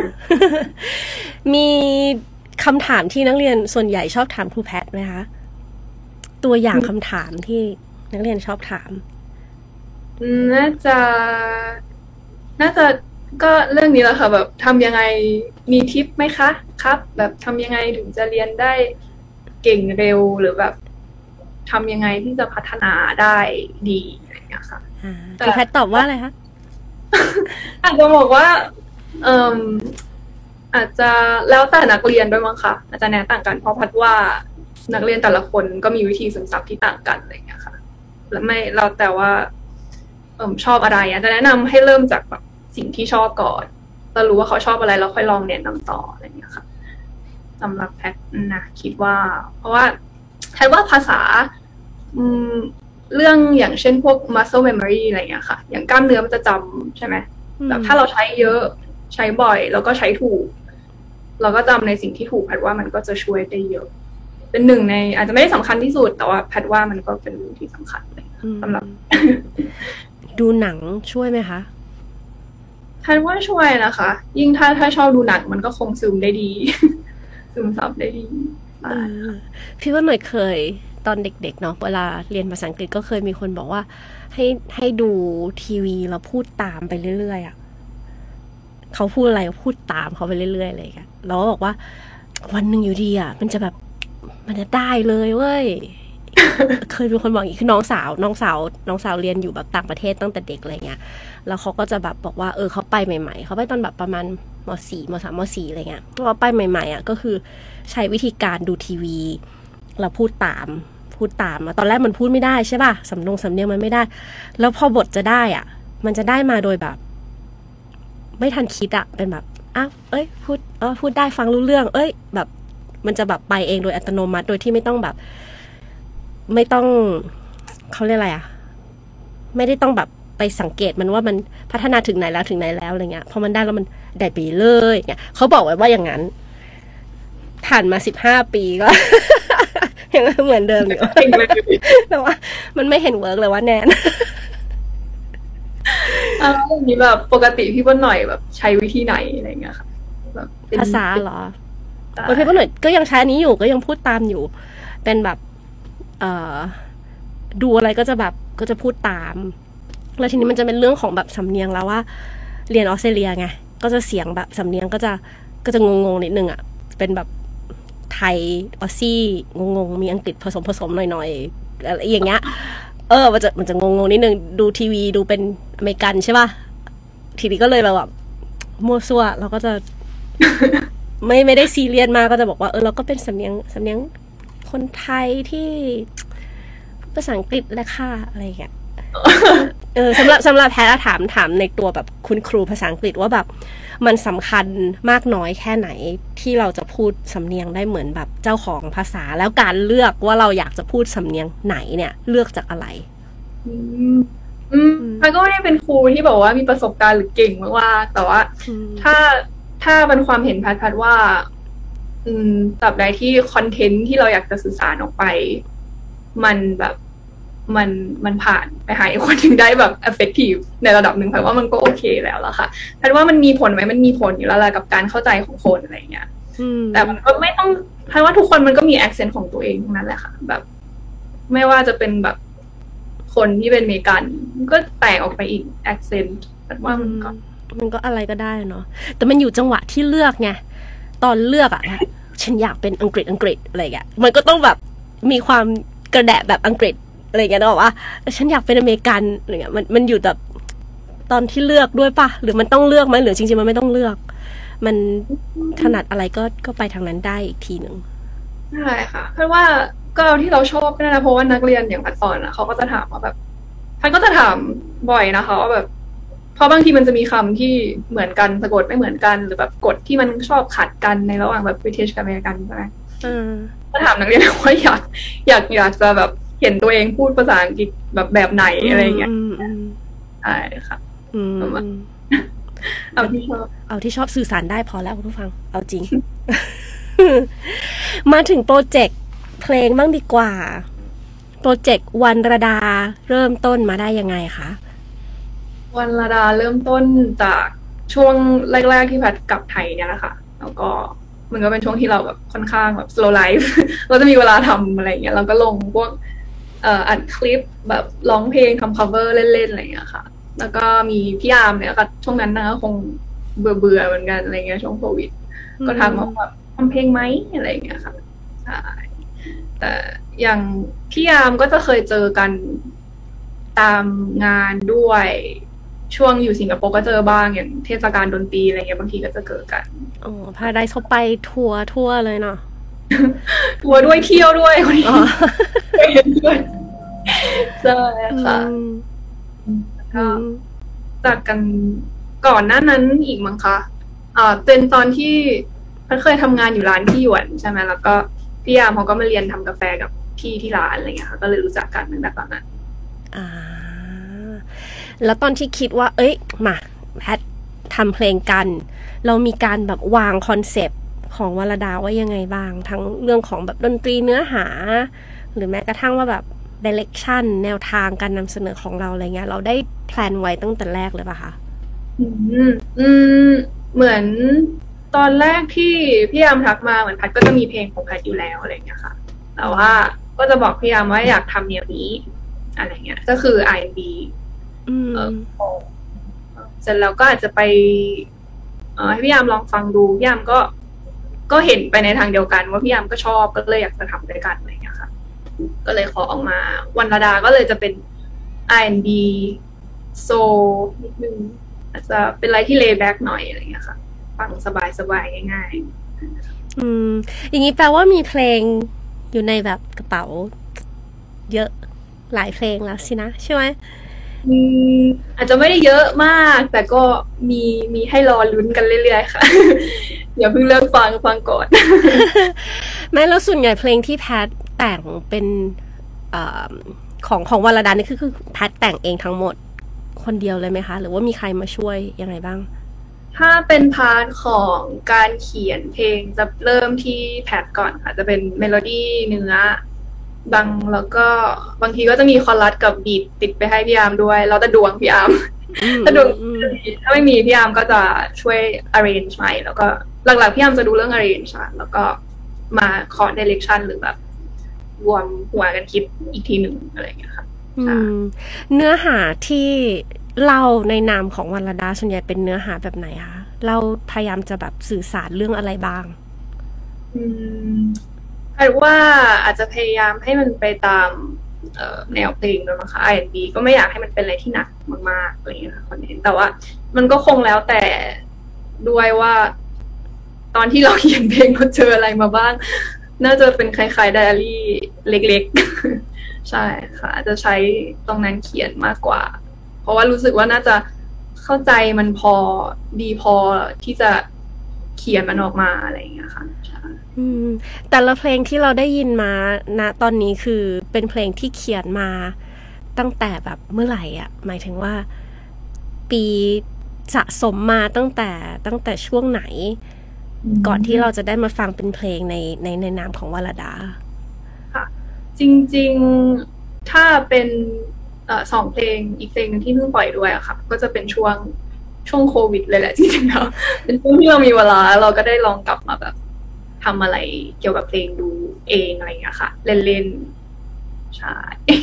มีคำถามที่นักเรียนส่วนใหญ่ชอบถามครูแพทไหมคะ ตัวอย่างคำถามที่นักเรียนชอบถามน่าจะ น่าจะก็เรื่องนี้แหละค่ะแบบทำยังไงมีทิปไหมคะครับ แบบทำยังไงถึงจะเรียนได้เก่งเร็วหรือแบบทำยังไงที่จะพัฒนาได้ดีอะไรอย่างเงี้ยค่ะอ่าครูแพทตอบว่าอะไรคะอาจจะบอกว่าเอ่มอาจจะแล้วแต่นักเรียนด้วยมั้งคะอาจจะแนะต่างกันเพราะพัดว่านักเรียนแต่ละคนก็มีวิธีซึมซับที่ต่างกันอะไรอย่างเงี้ยค่ะและไม่เราแต่ว่าเอ่มชอบอะไรอาจจะแนะนำให้เริ่มจากแบบสิ่งที่ชอบก่อนเรารู้ว่าเขาชอบอะไรเราค่อยลองแนะนำต่ออะไรอย่างเงี้ยค่ะสำหรับแพทนะคิดว่า เพราะว่าแพทว่าภาษาอืมเรื่องอย่างเช่นพวก muscle memory อะไรอย่างเงี้ยค่ะอย่างกล้ามเนื้อมันจะจำใช่ไหมแบบถ้าเราใช้เยอะใช้บ่อยแล้วก็ใช้ถูกเราก็จำในสิ่งที่ถูกแพทว่ามันก็จะช่วยได้เยอะเป็นหนึ่งในอาจจะไม่ได้สำคัญที่สุดแต่ว่าแพทว่ามันก็เป็นเรื่องที่สำคัญเลยสำหรับดูหนังช่วยไหมคะแพทว่าช่วยนะคะ ยิ่งถ้าถ้าชอบดูหนังมันก็คงซึมได้ดี ซึมซับได้ดีเออพี่ว่าหน่อยเคยตอนเด็กๆเนาะเวลาเรียนภาษาอังกฤษก็เคยมีคนบอกว่า ให้ให้ดูทีวีแล้วพูดตามไปเรื่อยๆอ่ะเขาพูดอะไรก็พูดตามเขาไปเรื่อยๆเลยค่ะแล้วก็บอกว่าวันหนึ่งอยู่ดีอ่ะมันจะแบบมันจะได้เลยเว้ย เคยมีคนบอกอย่างนี้คือน้องสาวน้องสาวน้องสาวเรียนอยู่แบบต่างประเทศตั้งแต่เด็กอะไรเงี้ยแล้วเขาก็จะแบบบอกว่าเออเขาไปใหม่ๆเขาไปตอนแบบประมาณม.สี่ ม.สาม ม.สี่อะไรเงี้ยเพราะว่าไปใหม่ๆอ่ะก็คือใช้วิธีการดูทีวีแล้วพูดตามพูดตามตอนแรกมันพูดไม่ได้ใช่ป่ะสำนงสำเนียงมันไม่ได้แล้วพอบทจะได้อ่ะมันจะได้มาโดยแบบไม่ทันคิดอ่ะเป็นแบบอ้าวเอ้ยพูดเออพูดได้ฟังรู้เรื่องเอ้ยแบบมันจะแบบไปเองโดยอัตโนมัติโดยที่ไม่ต้องแบบไม่ต้องเขาเรียกอะไรอ่ะไม่ได้ต้องแบบไปสังเกตมันว่ามันพัฒนาถึงไหนแล้วถึงไหนแล้วอะไรเงี้ยพอมันได้แล้วมันได้ไปเลยเงี้ยเขาบอกไว้ว่าอย่างนั้นผ่านมาสิบห้าปีก็ ยังเหมือนเดิมอยู่ แต่ว่ามันไม่เห็นเวิร์กเลยว่าแนนอ่าอย่างนี้แบบปกติพี่เปิ้ลหน่อยแบบใช้วิธีไหนอะไรเงี้ยค่ะแบบภาษาเหรอโอเคพี่เปิ้ลหน่อยก็ยังใช้อันนี้อยู่ก็ยังพูดตามอยู่เป็นแบบเอ่อดูอะไรก็จะแบบก็จะพูดตามแล้วทีนี้มันจะเป็นเรื่องของแบบสำเนียงแล้วว่าเรียนออสเตรเลียไงก็จะเสียงแบบสำเนียงก็จะก็จะงงๆนิดนึงอ่ะเป็นแบบไทยออสซี่งงๆมีอังกฤษผสมผสมหน่อยๆอะไรอย่างเงี้ยเออมันจะมันจะงงๆนิดนึงดูทีวีดูเป็นอเมริกันใช่ป่ะทีนี้ก็เลยแบบมั่วซั่วเราก็จะ ไม่ไม่ได้ซีเรียสมากก็จะบอกว่าเออเราก็เป็นสำเนียงสำเนียงคนไทยที่ภาษาอังกฤษแหละค่ะอะไรอย่างเงี้ย เออสำหรับสำหรับแพทย์ถามถามในตัวแบบคุณครูภาษาอังกฤษว่าแบบมันสำคัญมากน้อยแค่ไหนที่เราจะพูดสำเนียงได้เหมือนแบบเจ้าของภาษาแล้วการเลือกว่าเราอยากจะพูดสำเนียงไหนเนี่ยเลือกจากอะไรอืมอืมมันก็ไม่ได้เป็นครูที่บอกว่ามีประสบการณ์หรือเก่งมากๆแต่ว่าถ้าถ้าเป็นความเห็นแพทย์แพทย์ว่าอืมตราบใดที่คอนเทนต์ที่เราอยากจะสื่อสารออกไปมันแบบมันมันผ่านไปหาอีกคนหนึ่งได้แบบ effective ในระดับหนึ่งแพทย์ว่ามันก็โอเคแล้วล่ะค่ะแพทย์ว่ามันมีผลไหมมันมีผลอยู่แล้วแหละกับการเข้าใจของคนอะไรเงี้ยแต่มันก็ไม่ต้องแพทย์ว่าทุกคนมันก็มี accent ของตัวเองทั้งนั้นแหละค่ะแบบไม่ว่าจะเป็นแบบคนที่เป็นอเมริกันก็แตกออกไปอีก accent แพทย์ว่ามันก็มันก็อะไรก็ได้เนาะแต่มันอยู่จังหวะที่เลือกไงตอนเลือกอ่ะฉันอยากเป็นอังกฤษอังกฤษอะไรอย่างเงี้ยมันก็ต้องแบบมีความกระแดะแบบอังกฤษอะไรอย่างเงี้ยนะบอกว่าฉันอยากเป็นอเมริกันอะไรเงี้ยมันมันอยู่แบบตอนที่เลือกด้วยป่ะหรือมันต้องเลือกไหมหรือจริงๆมันไม่ต้องเลือกมันถนัดอะไรก็ก็ไปทางนั้นได้อีกทีหนึ่งใช่ค่ะเพราะว่าก็เอาที่เราชอบนะเพราะว่านักเรียนอย่างพัดสอนอ่ะเขาก็จะถามว่าแบบพัดก็จะถามบ่อยนะคะว่าแบบเพราะบางทีมันจะมีคำที่เหมือนกันสะกดไม่เหมือนกันหรือแบบกฎที่มันชอบขัดกันในระหว่างแบบ British กับอเมริกันใช่ไหมก็ถามนักเรียนว่าอยากอยากอยากจะแบบเห็นตัวเองพูดภาษาอังกฤษแบบแบบไหนอะไรเงี้ยใช่ค่ะอืมประมาณเอาที่ชอบเอาที่ชอบสื่อสารได้พอแล้วคุณผู้ฟังเอาจริง มาถึงโปรเจกต์เพลงบ้างดีกว่าโปรเจกต์วันระดาเริ่มต้นมาได้ยังไงคะวันระดาเริ่มต้นจากช่วงแรกๆที่แพทกลับไทยเนี่ยแหละค่ะแล้วก็มันก็เป็นช่วงที่เราแบบค่อนข้างแบบ slow life เราจะมีเวลาทำอะไรเงี้ยเราก็ลงพวกเอ่ออัดคลิปแบบร้องเพลงทำ cover เล่นๆอะไรเงี้ยค่ะแล้วก็มีพี่อาร์มเนี่ยก็ช่วงนั้นนะคงเบื่อเบื่อเหมือนกันอะไรเงี้ยช่วงโควิดก็ทักมาแบบทำเพลงไหมอะไรเงี้ยค่ะใช่แต่อย่างพี่อาร์มก็จะเคยเจอกันตามงานด้วยช่วงอยู่สิงคโปร์ก็เจอบ้างอย่างเทศกาลดนตรีอะไรเงี้ยบางทีก็จะเกิดกันอ๋อพาได้เขาไปทัวร์ทั่วเลยเนาะทัวร์ด้วยเที่ยวด้วยคนนี้ไปเห็นด้วยใช่ค่ะก็จากกันก่อนหน้านั้นอีกมั้งคะอ่าเป็นตอนที่พันเคยทำงานอยู่ร้านที่หยวนใช่ไหมแล้วก็พี่ยามเขาก็มาเรียนทำกาแฟกับพี่ที่ร้านอะไรเงี้ยค่ะก็เลยรู้จักกันตั้งแต่ตอนนั้นอ่าแล้วตอนที่คิดว่าเอ้ยมาแพททำเพลงกันเรามีการแบบวางคอนเซปต์ของวรดาว่ายังไงบ้างทั้งเรื่องของแบบดนตรีเนื้อหาหรือแม้กระทั่งว่าแบบ direction แนวทางการนำเสนอของเราอะไรเงี้ยเราได้แพลนไว้ตั้งแต่แรกเลยป่ะคะอืมอืมเหมือนตอนแรกที่พี่ยามทักมาเหมือนพัดก็จะมีเพลงของพัดอยู่แล้วอะไรเงี้ยค่ะแต่ว่าก็จะบอกพี่ยามว่าอยากทำแนวนี้อะไรเงี้ยก็คือ อาร์ แอนด์ บีอืมเสร็จแล้วก็อาจจะไปเออให้พี่ยามลองฟังดูพี่ยามก็ก็เห็นไปในทางเดียวกันว่าพี่ยามก็ชอบก็เลยอยากจะทำด้วยกันอะไรเงี้ยค่ะก็เลยขอออกมาวันระดาก็เลยจะเป็น อาร์ แอนด์ บี โซนิดนึงอาจจะเป็นอะไรที่เลย์แบ็กหน่อยอะไรเงี้ยค่ะฟังสบายๆง่ายๆอืมอย่างนี้แปลว่ามีเพลงอยู่ในแบบกระเป๋าเยอะหลายเพลงแล้วสินะใช่ไหมอืมอาจจะไม่ได้เยอะมากแต่ก็มีมีให้รอลุ้นกันเรื่อยๆค่ะ อย่าเพิ่งเลิกฟังฟังก่อนแม้แล้วส่วนใหญ่เพลงที่แพทแต่งเป็นอของของวรดานี่คือคือแพทแต่งเองทั้งหมดคนเดียวเลยไหมคะหรือว่ามีใครมาช่วยยังไงบ้างถ้าเป็นพาร์ทของการเขียนเพลงจะเริ่มที่แพทก่อนค่ะจะเป็นเมโลดี้เนื้อบางแล้วก็บางทีก็จะมีคอรัสกับบีทติดไปให้พี่อาร์มด้วยเราจะดวงพี่อาร์มถ้าดวงถ้าไม่มีพี่อาร์มก็จะช่วย arrange ใหม่แล้วก็หลักๆพี่อาร์มจะดูเรื่อง arrange แล้วก็มาขอ direction หรือแบบรวมหัวกันคิดอีกทีหนึ่งอะไรอย่างเงี้ยค่ะเนื้อหาที่เล่าในนามของวรดาส่วนใหญ่เป็นเนื้อหาแบบไหนคะเราพยายามจะแบบสื่อสารเรื่องอะไรบ้างอืมหรือว่าอาจจะพยายามให้มันไปตามแนวเพลงด้วยนะคะ อาร์ แอนด์ บี ก็ไม่อยากให้มันเป็นอะไรที่หนักมากๆอะไรอย่างเงี้ยค่ะคอนเทนต์แต่ว่ามันก็คงแล้วแต่ด้วยว่าตอนที่เราเขียนเพลงเราเจออะไรมาบ้างน่าจะเป็นคล้ายๆไดอารี่เล็กๆใช่ค่ะอาจจะใช้ตรงนั้นเขียนมากกว่าเพราะว่ารู้สึกว่าน่าจะเข้าใจมันพอดีพอที่จะเขียนมันออกมาอะไรอย่างเงี้ยค่ะอืมแต่ละเพลงที่เราได้ยินมาณตอนนี้คือเป็นเพลงที่เขียนมาตั้งแต่แบบเมื่อไหร่อ่ะหมายถึงว่าปีสะสมมาตั้งแต่ตั้งแต่ช่วงไหนก่อนที่เราจะได้มาฟังเป็นเพลงในในในนามของวรดาค่ะจริงๆถ้าเป็นเอ่อสองเพลงอีกเพลงนึงที่เพิ่งปล่อยด้วยอะค่ะก็จะเป็นช่วงช่วงโควิดเลยแหละจริงๆแล้วเป็นช่วงที่เรามีเวลาเราก็ได้ลองกลับมาแบบทำอะไรเกี่ยวกับเพลงดูเองอะไรอย่างเงี้ยค่ะเล่นๆใช่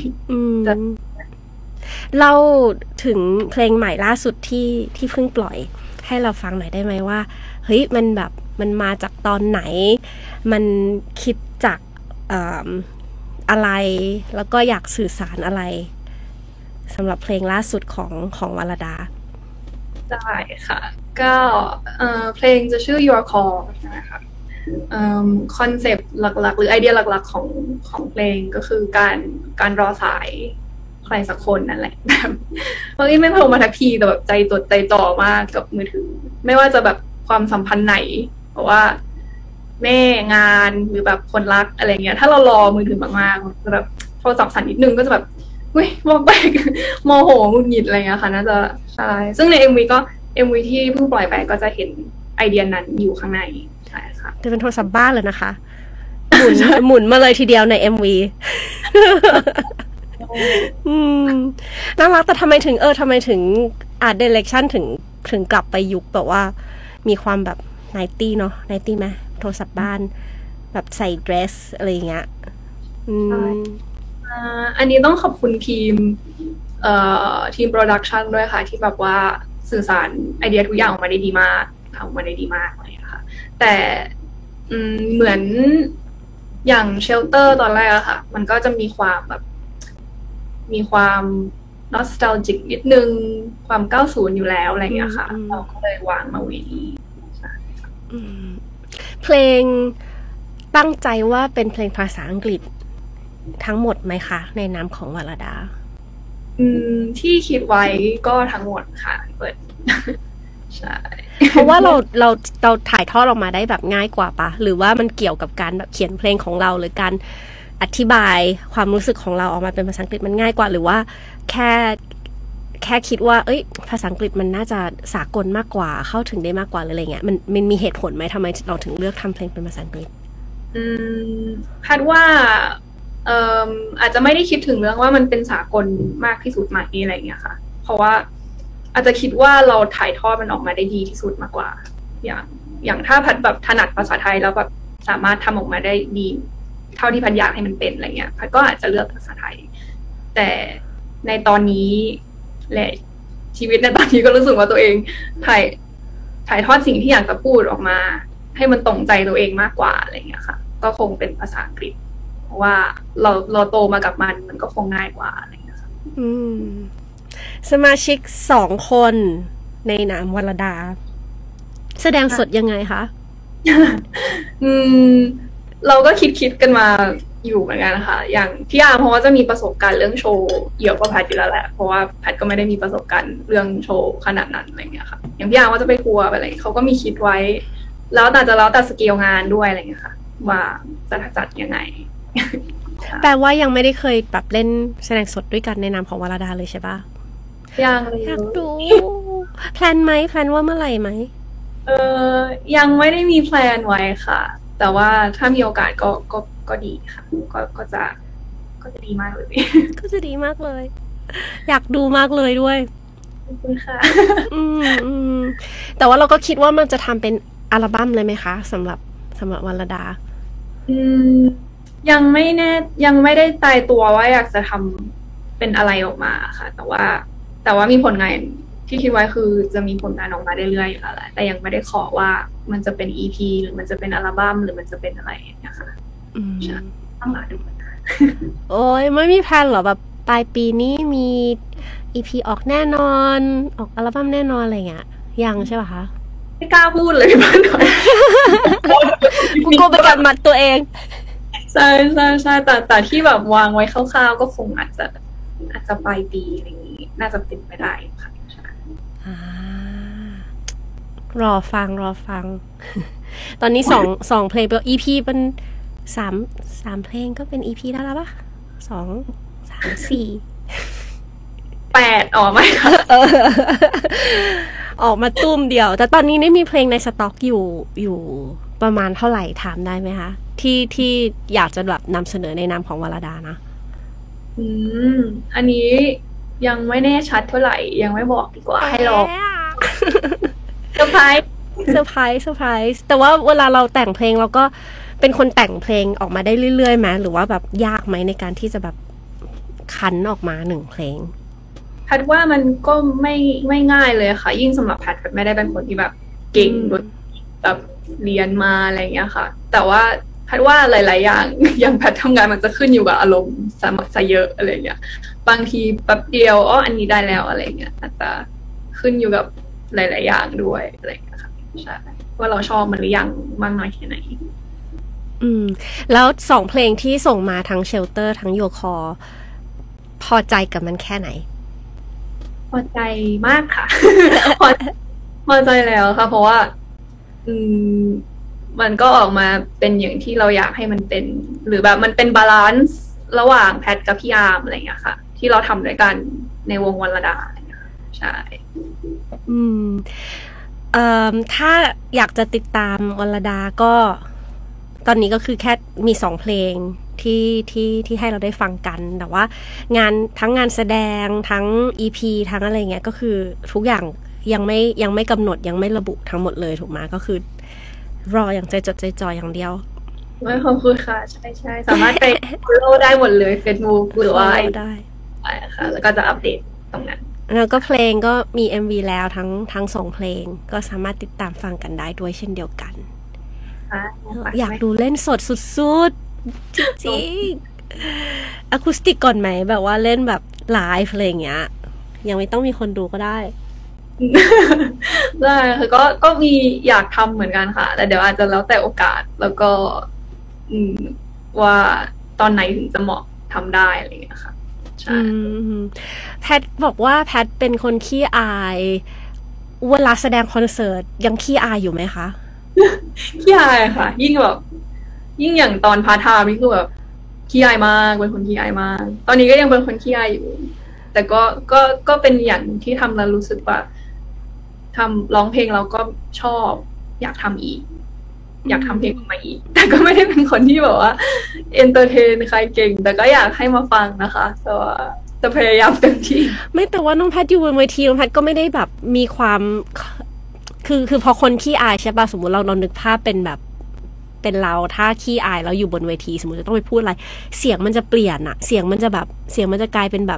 เล่าถึงเพลงใหม่ล่าสุดที่ที่เพิ่งปล่อยให้เราฟังหน่อยได้ไหมว่าเฮ้ยมันแบบมันมาจากตอนไหนมันคิดจากอะไรแล้วก็อยากสื่อสารอะไรสำหรับเพลงล่าสุดของของวรดาได้ค่ะก็เพลงจะชื่อ Your Call ใช่ไหมคะคอนเซปต์หลักๆหรือไอเดียหลักๆของของเพลงก็คือการการรอสายใครสักคนนั่นแหละแบบเฮ้ยไม่โทรมาทักทีแต่แบบใจจดใจจ่อมากกับมือถือไม่ว่าจะแบบความสัมพันธ์ไหนเพราะว่าแม่งานหรือแบบคนรักอะไรเงี้ยถ้าเรารอมือถือมากๆแบบโทรศัพท์สั่นนิดนึงก็จะแบบอุ้ยบอกไปโมโหหงุดหงิดอะไรเงี้ยค่ะน่าจะใช่ซึ่งใน เอ็ม วี ก็ เอ็ม วี ที่เพิ่งปล่อยไปก็จะเห็นไอเดียนั้นอยู่ข้างในใช่ค่ะจะเป็นโทรศัพท์บ้านเลยนะคะหมุนหมุนมาเลยทีเดียวใน เอ็ม วี อืมน่ารักแต่ทำไมถึงเออทำไมถึงอาร์ตเดเรคชั่นถึงถึงกลับไปยุคแบบว่ามีความแบบไนตี้เนาะไนตี้ไหมโทรศัพท์บ้านแบบใส่เดรสอะไรอย่างเงี้ยอืมอันนี้ต้องขอบคุณทีมเอ่อทีมโปรดักชันด้วยค่ะที่แบบว่าสื่อสารไอเดียทุกอย่างออกมาได้ดีมากทำออกมาได้ดีมากเลยค่ะแต่เหมือนอย่างเชลเตอร์ตอนแรกอะค่ะมันก็จะมีความแบบมีความนอสตัลจิกนิดนึงความเก้าสิบอยู่แล้วอะไรอย่างเงี้ยค่ะเราก็เลยวางมาเวนี้เพลงตั้งใจว่าเป็นเพลงภาษาอังกฤษทั้งหมดไหมคะในนามของวรดาอืมที่คิดไว้ก็ทั้งหมดค่ะเปิดใช่เพราะว่าเราเราเราถ่ายทอดออกมาได้แบบง่ายกว่าปะหรือว่ามันเกี่ยวกับการแบบเขียนเพลงของเราหรือการอธิบายความรู้สึกของเราออกมาเป็นภาษาอังกฤษมันง่ายกว่าหรือว่าแค่แค่คิดว่าเอ้ยภาษาอังกฤษมันน่าจะสากลมากกว่าเข้าถึงได้มากกว่าอะไรเงี้ยมันมันมีเหตุผลไหมทำไมเราถึงเลือกทำเพลงเป็นภาษาอังกฤษอืมคาดว่าเอ่ออาจจะไม่ได้คิดถึงเรื่องว่ามันเป็นสากลมากที่สุดมากนี้อะไรเงี้ยค่ะเพราะว่าอาจจะคิดว่าเราถ่ายทอดมันออกมาได้ดีที่สุดมากกว่าอย่างอย่างถ้าพัดแบบถนัดภาษาไทยแล้วแบบสามารถทำออกมาได้ดีเท่าที่พัดอยากให้มันเป็นอะไรเงี้ยพัดก็อาจจะเลือกภาษาไทยแต่ในตอนนี้และชีวิตในตอนนี้ก็รู้สึกว่าตัวเองถ่ายถ่ายทอดสิ่งที่อยากจะพูดออกมาให้มันตรงใจตัวเองมากกว่าอะไรเงี้ยค่ะก็คงเป็นภาษาอังกฤษเพราะว่าเราเราโตมากับมันมันก็คงง่ายกว่าอะไรเงี้ยค่ะอืมสมาชิกสองคนในนามวรดาแสดงสดยังไงคะอืมเราก็คิดคิดกันมาอยู่เหมือนกันนะคะอย่างพี่อาร์มเพราะว่าจะมีประสบการณ์เรื่องโชว์เยอะกว่าแพทอยู่แล้วแหละเพราะว่าแพทก็ไม่ได้มีประสบการณ์เรื่องโชว์ขนาดนั้นอะไรเงี้ยค่ะอย่างพี่อาร์มว่าจะไปทัวร์อะไรเขาก็มีคิดไว้แล้วแต่จะแล้วแต่สเกลงานด้วยอะไรเงี้ยค่ะว่าจะจัดยังไงแปลว่ายังไม่ได้เคยแบบเล่นแสดงสดด้วยกันในนามของวรดาเลยใช่ปะยังอยากดูแพลนไหมแพลนว่าเมื่อไหร่ไหมเออยังไม่ได้มีแพลนไว้ค่ะแต่ว่าถ้ามีโอกาสก็ก็ก็ดีค่ะก็ก็จะก็จะดีมากเลยก็จะดีมากเลยอยากดูมากเลยด้วยขอบคุณค่ะอืมอืมแต่ว่าเราก็คิดว่ามันจะทำเป็นอัลบั้มเลยไหมคะสำหรับสำหรับวรดาอืมยังไม่แน่ยังไม่ได้ตายตัวว่าอยากจะทำเป็นอะไรออกมาค่ะแต่ว่าแต่ว่ามีผลงานที่คิดไว้คือจะมีผลงานออกมาเรื่อยๆอยู่แล้วแหละแต่ยังไม่ได้ขอว่ามันจะเป็น อี พี หรือมันจะเป็นอัลบั้มหรือมันจะเป็นอะไรอย่างเงี้ยค่ะใช่ต้องรอดูนะโอ้ยไม่มีแพลนหรอแบบปลายปีนี้มี อี พี ออกแน่นอนออกอัลบั้มแน่นอนอะไรเงี้ยยังใช่ป่ะคะไม่กล้าพูดเลยบ้านหน่อยกูโกไปกันมัดตัวเองใช่ใช่ใช่แต่แต่ที่แบบวางไว้คร่าวๆก็คงอาจจะอาจจะปลายปีอะไรอย่างนี้น่าจะเป็นไปได้ค่ะรอฟังรอฟังตอนนี้สองสองเพลงเป็น อี พี เป็นสามสามเพลงก็เป็น อี พี ได้แล้วปะสองสามสี่แปดออกไหมคะออกมาตุ้มเดียวแต่ตอนนี้ได้มีเพลงในสต็อกอยู่อยู่ประมาณเท่าไหร่ถามได้ไหมคะที่ที่อยากจะแบบนำเสนอในนามของวรดานะอืมอันนี้ยังไม่แน่ชัดเท่าไหร่ยังไม่บอกดีกว่าให้รอเซอร์ไพรส์เซอร์ไพรส์เซอร์ไพรส์แต่ว่าเวลาเราแต่งเพลงเราก็เป็นคนแต่งเพลงออกมาได้เรื่อยๆไหมหรือว่าแบบยากไหมในการที่จะแบบคั้นออกมาหนึ่งเพลงแพทว่ามันก็ไม่ไม่ง่ายเลยค่ะยิ่งสำหรับแพทแพทไม่ได้เป็นคนที่แบบเก่งแบบเรียนมาอะไรอย่างเงี้ยค่ะแต่ว่าแพทว่าหลายๆอย่างอย่างแพททำงานมันจะขึ้นอยู่กับอารมณ์สมัครซะเยอะอะไรเงี้ยบางทีแป๊บเดียวอ๋ออันนี้ได้แล้วอะไรเงี้ยอาจจะขึ้นอยู่กับหลายๆอย่างด้วยอะไรเงี้ยค่ะใช่ว่าเราชอบมันหรือยังมากน้อยแค่ไหนอืมแล้วสองเพลงที่ส่งมาทั้งเชลเตอร์ทั้งโยคอพอใจกับมันแค่ไหนพอใจมากค่ะ พอพอใจแล้วค่ะเพราะว่าอืมมันก็ออกมาเป็นอย่างที่เราอยากให้มันเป็นหรือแบบมันเป็นบาลานซ์ระหว่างแพทกับพี่อาร์มอะไรอย่างเงี้ยค่ะที่ที่เราทำด้วยกันในวงวรรดาใช่อืมเอ่อถ้าอยากจะติดตามวรรดาก็ตอนนี้ก็คือแค่มีสองเพลงที่ที่ที่ให้เราได้ฟังกันแต่ว่างานทั้งงานแสดงทั้ง อี พี ทั้งอะไรเงี้ยก็คือทุกอย่างยังไม่ยังไม่กำหนดยังไม่ระบุทั้งหมดเลยถูกไหมก็คือรออย่างใจจดใจจ่ออย่างเดียวไม่ขอบคุณค่ะใช่ใช่สามารถไป follow ได้หมดเลย Facebook หรือว่าได้ค่ะแล้วก็จะอัปเดตตรงนั้นแล้วก็เพลงก็มี เอ็ม วี แล้วทั้งทั้งสองเพลงก็สามารถติดตามฟังกันได้ด้วยเช่นเดียวกันอยากดูเล่นสดสุดๆจริงๆอะคูสติกก่อนไหมแบบว่าเล่นแบบไลฟ์อะไรอย่างเงี้ยยังไม่ต้องมีคนดูก็ได้ได้คือก็ก็มีอยากทำเหมือนกันค่ะแต่เดี๋ยวอาจจะแล้วแต่โอกาสแล้วก็อืมว่าตอนไหนถึงจะเหมาะทำได้อะไรอย่างเงี้ยค่ะใช่แพทบอกว่าแพทเป็นคนขี้อายเวลาแสดงคอนเสิร์ตยังขี้อายอยู่ไหมคะขี้อายค่ะยิ่งแบบยิ่งอย่างตอนพาร์ทไทม์นี่คือแบบขี้อายมากเป็นคนขี้อายมากตอนนี้ก็ยังเป็นคนขี้อายอยู่แต่ก็ก็ก็เป็นอย่างที่ทำแล้วรู้สึกว่าทำร้องเพลงเราก็ชอบอยากทำอีกอยากทำเพลงออกมาอีกแต่ก็ไม่ได้เป็นคนที่แบบว่าเอนเตอร์เทนใครเก่งแต่ก็อยากให้มาฟังนะคะแต่ว่าจะพยายามเต็มที่ไม่แต่ว่าน้องแพทอยู่บนเวทีน้องแพทก็ไม่ได้แบบมีความคือคือพอคนขี้อายใช่ป่ะสมมุติเราเรานึกภาพเป็นแบบเป็นเราถ้าขี้อายแล้วอยู่บนเวทีสมมุติจะต้องไปพูดอะไรเสียงมันจะเปลี่ยนอะเสียงมันจะแบบเสียงมันจะกลายเป็นแบบ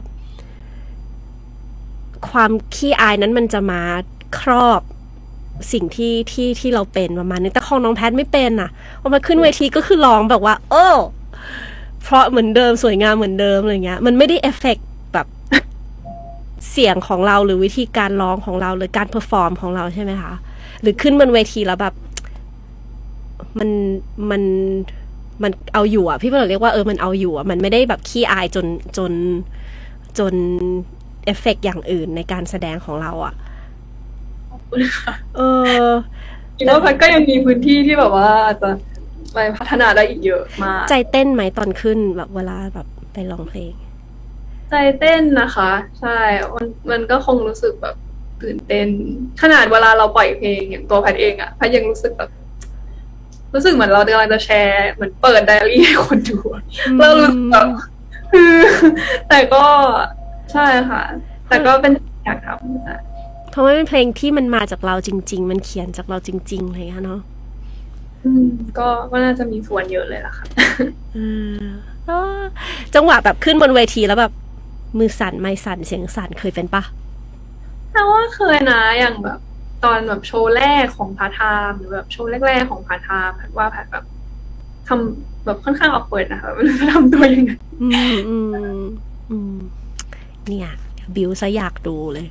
ความขี้อายนั้นมันจะมาครอบสิ่งที่ที่ที่เราเป็นประมาณนี้แต่ของน้องแพทไม่เป็นอ่ะพอมาขึ้นเวทีก็คือร้องแบบว่าโอ้เพราะเหมือนเดิมสวยงามเหมือนเดิมอะไรเงี้ยมันไม่ได้เอฟเฟกต์แบบเสียงของเราหรือวิธีการร้องของเราหรือการเพอร์ฟอร์มของเราใช่ไหมคะหรือขึ้นบนเวทีแล้วแบบมันมันมันเอาอยู่อ่ะพี่เราเรียกว่าเออมันเอาอยู่อ่ะมันไม่ได้แบบขี้อายจนจนจนเอฟเฟกต์อย่างอื่นในการแสดงของเราอ่ะเออคิดว่าพัดก็ยังมีพื้นที่ที่แบบว่าจะไปพัฒนาได้อีกเยอะมากใจเต้นไหมตอนขึ้นแบบเวลาแบบไปร้องเพลงใจเต้นนะคะใช่มันมันก็คงรู้สึกแบบตื่นเต้นขนาดเวลาเราปล่อยเพลงอย่างตัวพัดเองอ่ะพัดยังรู้สึกแบบรู้สึกเหมือนเรากำลังจะแชร์เหมือนเปิดไดอารี่ให้คนดูเรารู้สึกแบบคือแต่ก็ใช่ค่ะแต่ก็เป็นอยากทำค่ะเพราะว่าเป็นเพลงที่มันมาจากเราจริงๆมันเขียนจากเราจริงๆเลยค่ะเนาะอืมก็ก็น่าจะมีส่วนเยอะเลยล่ะค่ะอืมจังหวะแบบขึ้นบนเวทีแล้วแบบมือสั่นไม้สั่นเสียงสั่นเคยเป็นปะถ้าว่าเคยนะอย่างแบบตอนแบบโชว์แรกของพาร์ทไทม์หรือแบบโชว์แรกๆของพาร์ทไทม์ว่าแพทแบบทำแบบค่อนข้างออกเปิดนะคะไม่รู้จะทำตัวยังไงอืมอืมอืมเนี่ยบิวซะอยากดูเลย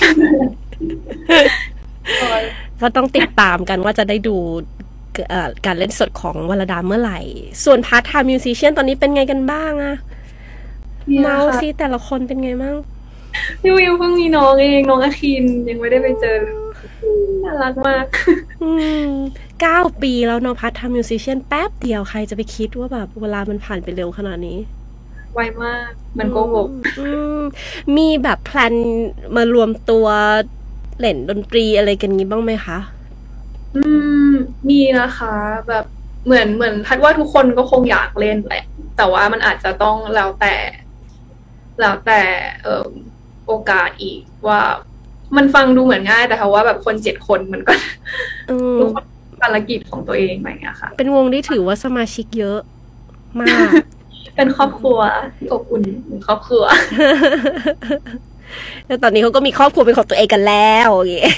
ก็ต้องติดตามกันว่าจะได้ดูการเล่นสดของวรดาเมื่อไหร่ส่วนพาร์ทไทม์มิวสิเชียนตอนนี้เป็นไงกันบ้างอะเมาส์ซิแต่ละคนเป็นไงบ้างพี่วิวเพิ่งมีน้องเองน้องอาคินยังไม่ได้ไปเจอน่ารักมากเก้าปีแล้วเนาะพาร์ทไทม์มิวสิเชียนแป๊บเดียวใครจะไปคิดว่าแบบเวลามันผ่านไปเร็วขนาดนี้ไวมากมันโกหกมีแบบแพลนมารวมตัวเล่นดนตรีอะไรกันงี้บ้างไหมคะอืมมีนะคะแบบเหมือนเหมือนพัดว่าทุกคนก็คงอยากเล่นแหละแต่ว่ามันอาจจะต้องแล้วแต่แล้วแต่เอ่อโอกาสอีกว่ามันฟังดูเหมือนง่ายแต่ว่าแบบคนเจ็ดคนมันก็ทุกคนภารกิจของตัวเองอะไรอย่างเงี้ยค่ะเป็นวงที่ถือว่าสมาชิกเยอะมากเป็นครอบครัวที่อบอุ่นครอบครัวแล้วตอนนี้เขาก็มีครอบครัวเป็นของตัวเองกันแล้วอย่างเงี้ย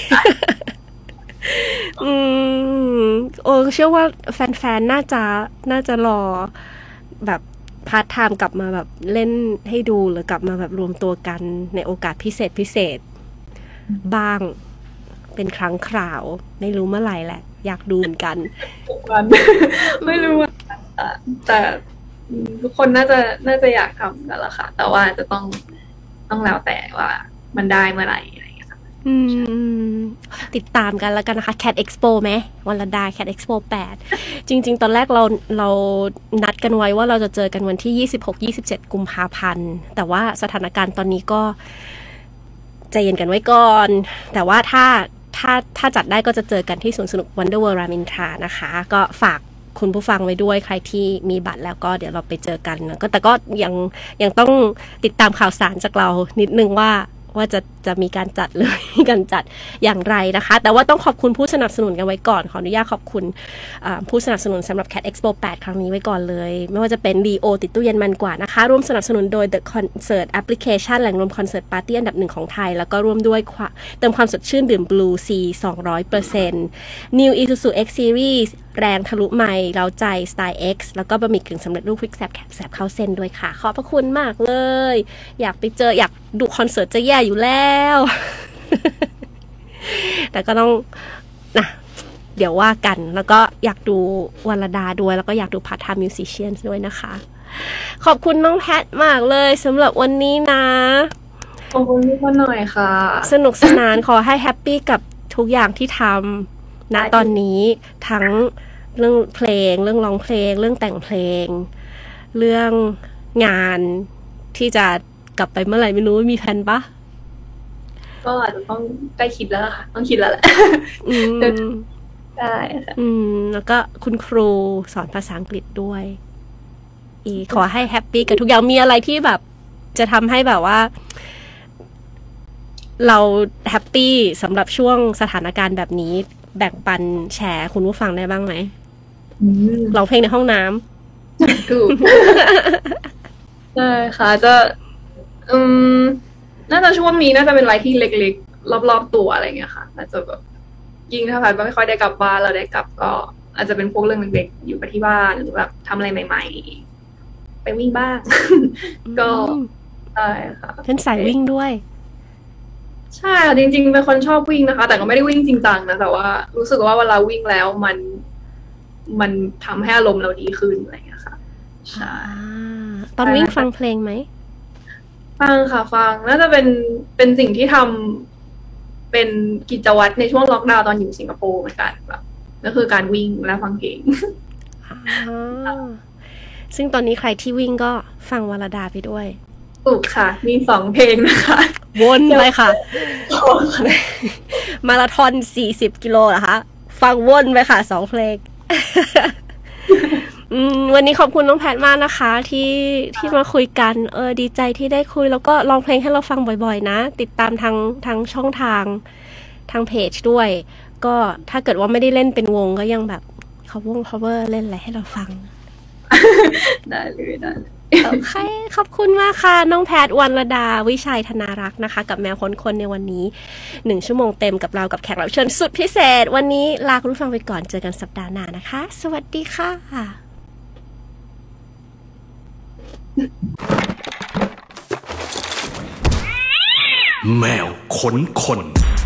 อืมโอ้เชื่อว่าแฟนๆน่าจะน่าจะรอแบบพาร์ทไทม์กลับมาแบบเล่นให้ดูหรือกลับมาแบบรวมตัวกันในโอกาสพิเศษพิเศษบ้างเป็นครั้งคราวไม่รู้เมื่อไหร่แหละอยากดูเหมือนกันไม่รู้แต่ทุกคนน่าจะน่าจะอยากทำกันละค่ะแต่ว่าจะต้องต้องแล้วแต่ว่ามันได้เมื่อไหร่อะไรอย่างเงี้ยค่ะอืมติดตามกันแล้วกันนะคะ Cat Expo ไหมวันละดา Cat Expo แปดจริงๆตอนแรกเราเรานัดกันไว้ว่าเราจะเจอกันวันที่ ยี่สิบหก ยี่สิบเจ็ด กุมภาพันธ์แต่ว่าสถานการณ์ตอนนี้ก็ใจเย็นกันไว้ก่อนแต่ว่าถ้าถ้าถ้าจัดได้ก็จะเจอกันที่สวนสนุก Wonder World รามอินทรานะคะก็ฝากคุณผู้ฟังไว้ด้วยใครที่มีบัตรแล้วก็เดี๋ยวเราไปเจอกันก็แต่ก็ยังยังต้องติดตามข่าวสารจากเรานิดนึงว่าว่าจะจะมีการจัดเลยมีการจัดอย่างไรนะคะแต่ว่าต้องขอบคุณผู้สนับสนุนกันไว้ก่อนขออนุญาตขอบคุณผู้สนับสนุนสำหรับ Cat Expo แปด ครั้งนี้ไว้ก่อนเลยไม่ว่าจะเป็น ดี โอ ติดตู้เย็นมันกว่านะคะร่วมสนับสนุนโดย The Concert Application แหล่งรวมคอนเสิร์ตปาร์ตี้อันดับหนึ่งของไทยแล้วก็ร่วมด้วยเติมความสดชื่นดื่ม Blue Sea สองร้อยเปอร์เซ็นต์ New Isuzu X Series แรงทะลุใหม่เราใจสไตล์ X แล้วก็บะหมี่กึ่งสำเร็จรูปพริกแซ่บแซ่บเข้าเส้นด้วยค่ะขอบพระคุณมากเลยอยากไปเจออยากดูคอนเสิร์ตจะแย่อยู่แล้ว แต่ก็ต้องนะเดี๋ยวว่ากันแล้วก็อยากดูวรดาด้วยแล้วก็อยากดูพาร์ทไทม์มิวสิเชียนด้วยนะคะขอบคุณน้องแพทมากเลยสำหรับวันนี้นะขอบคุณพี่พ่อหน่อยค่ะสนุกสนานขอให้แฮปปี้กับทุกอย่างที่ทำณตอนนี้ทั้งเรื่องเพลงเรื่องร้องเพลงเรื่องแต่งเพลงเรื่องงานที่จะกลับไปเมื่อไหร่ไม่รู้มีแผนปะก็อาจจะต้องใกล้คิดแล้วค่ะต้องคิดแล้วแหละได้ค่ะอืมแล้วก็คุณครูสอนภาษาอังกฤษด้วยอีขอให้แฮปปี้กับทุกอย่างมีอะไรที่แบบจะทำให้แบบว่าเราแฮปปี้สำหรับช่วงสถานการณ์แบบนี้แบ่งปันแชร์คุณผู้ฟังได้บ้างไหมร้องเพลงในห้องน้ำถูกได้ค่ะจะอืมน่าจะช่วงนี้น่าจะเป็นอะไรที่เล็กๆรอบๆตัวอะไรเงี้ยค่ะอาจจะแบบยิ่งถ้าพัดไม่ค่อยได้กลับบ้านเราได้กลับก็อาจจะเป็นพวกเรื่องเล็กๆอยู่กับที่บ้านหรือแบบทำอะไรใหม่ๆไปวิ่งบ้างก็ได้ค่ะเป็นสายวิ่งด้วยใช่ค่ะจริงๆเป็นคนชอบวิ่งนะคะแต่ก็ไม่ได้วิ่งจริงจังนะแต่ว่ารู้สึกว่าเวลาวิ่งแล้วมันมันทำให้อารมณ์เราดีขึ้นอะไรเงี้ยค่ะใช่ตอนวิ่งฟังเพลงไหมฟังค่ะฟังน่าจะเป็นเป็นสิ่งที่ทำเป็นกิจวัตรในช่วงล็อกดาวน์ตอนอยู่สิงคโปร์เหมือนกันแบบก็คือการวิ่งและฟังเพลงซึ่งตอนนี้ใครที่วิ่งก็ฟังวรดาไปด้วยถูกค่ะมีสองเพลงนะคะวนเลยค่ะมาราธอนสี่สิบกิโลเหรอคะฟังวนไปค่ะสองเพลงวันนี้ขอบคุณน้องแพทมากนะคะที่ที่มาคุยกันเออดีใจที่ได้คุยแล้วก็ร้องเพลงให้เราฟังบ่อยๆนะติดตามทางทางช่องทางทางเพจด้วยก็ถ้าเกิดว่าไม่ได้เล่นเป็นวงก็ยังแบบเขาวง cover เล่นอะไรให้เราฟังได้เลยได้โอเคขอบคุณมากค่ะน้องแพทวรรณดาวิชัยธนารักษ์นะคะกับแมวค้นคนในวันนี้หนึ่งชั่วโมงเต็มกับเรากับแขกรับเชิญสุดพิเศษวันนี้ลาคุณผู้ฟังไปก่อนเจอกันสัปดาห์หน้านะคะสวัสดีค่ะแมวขนคน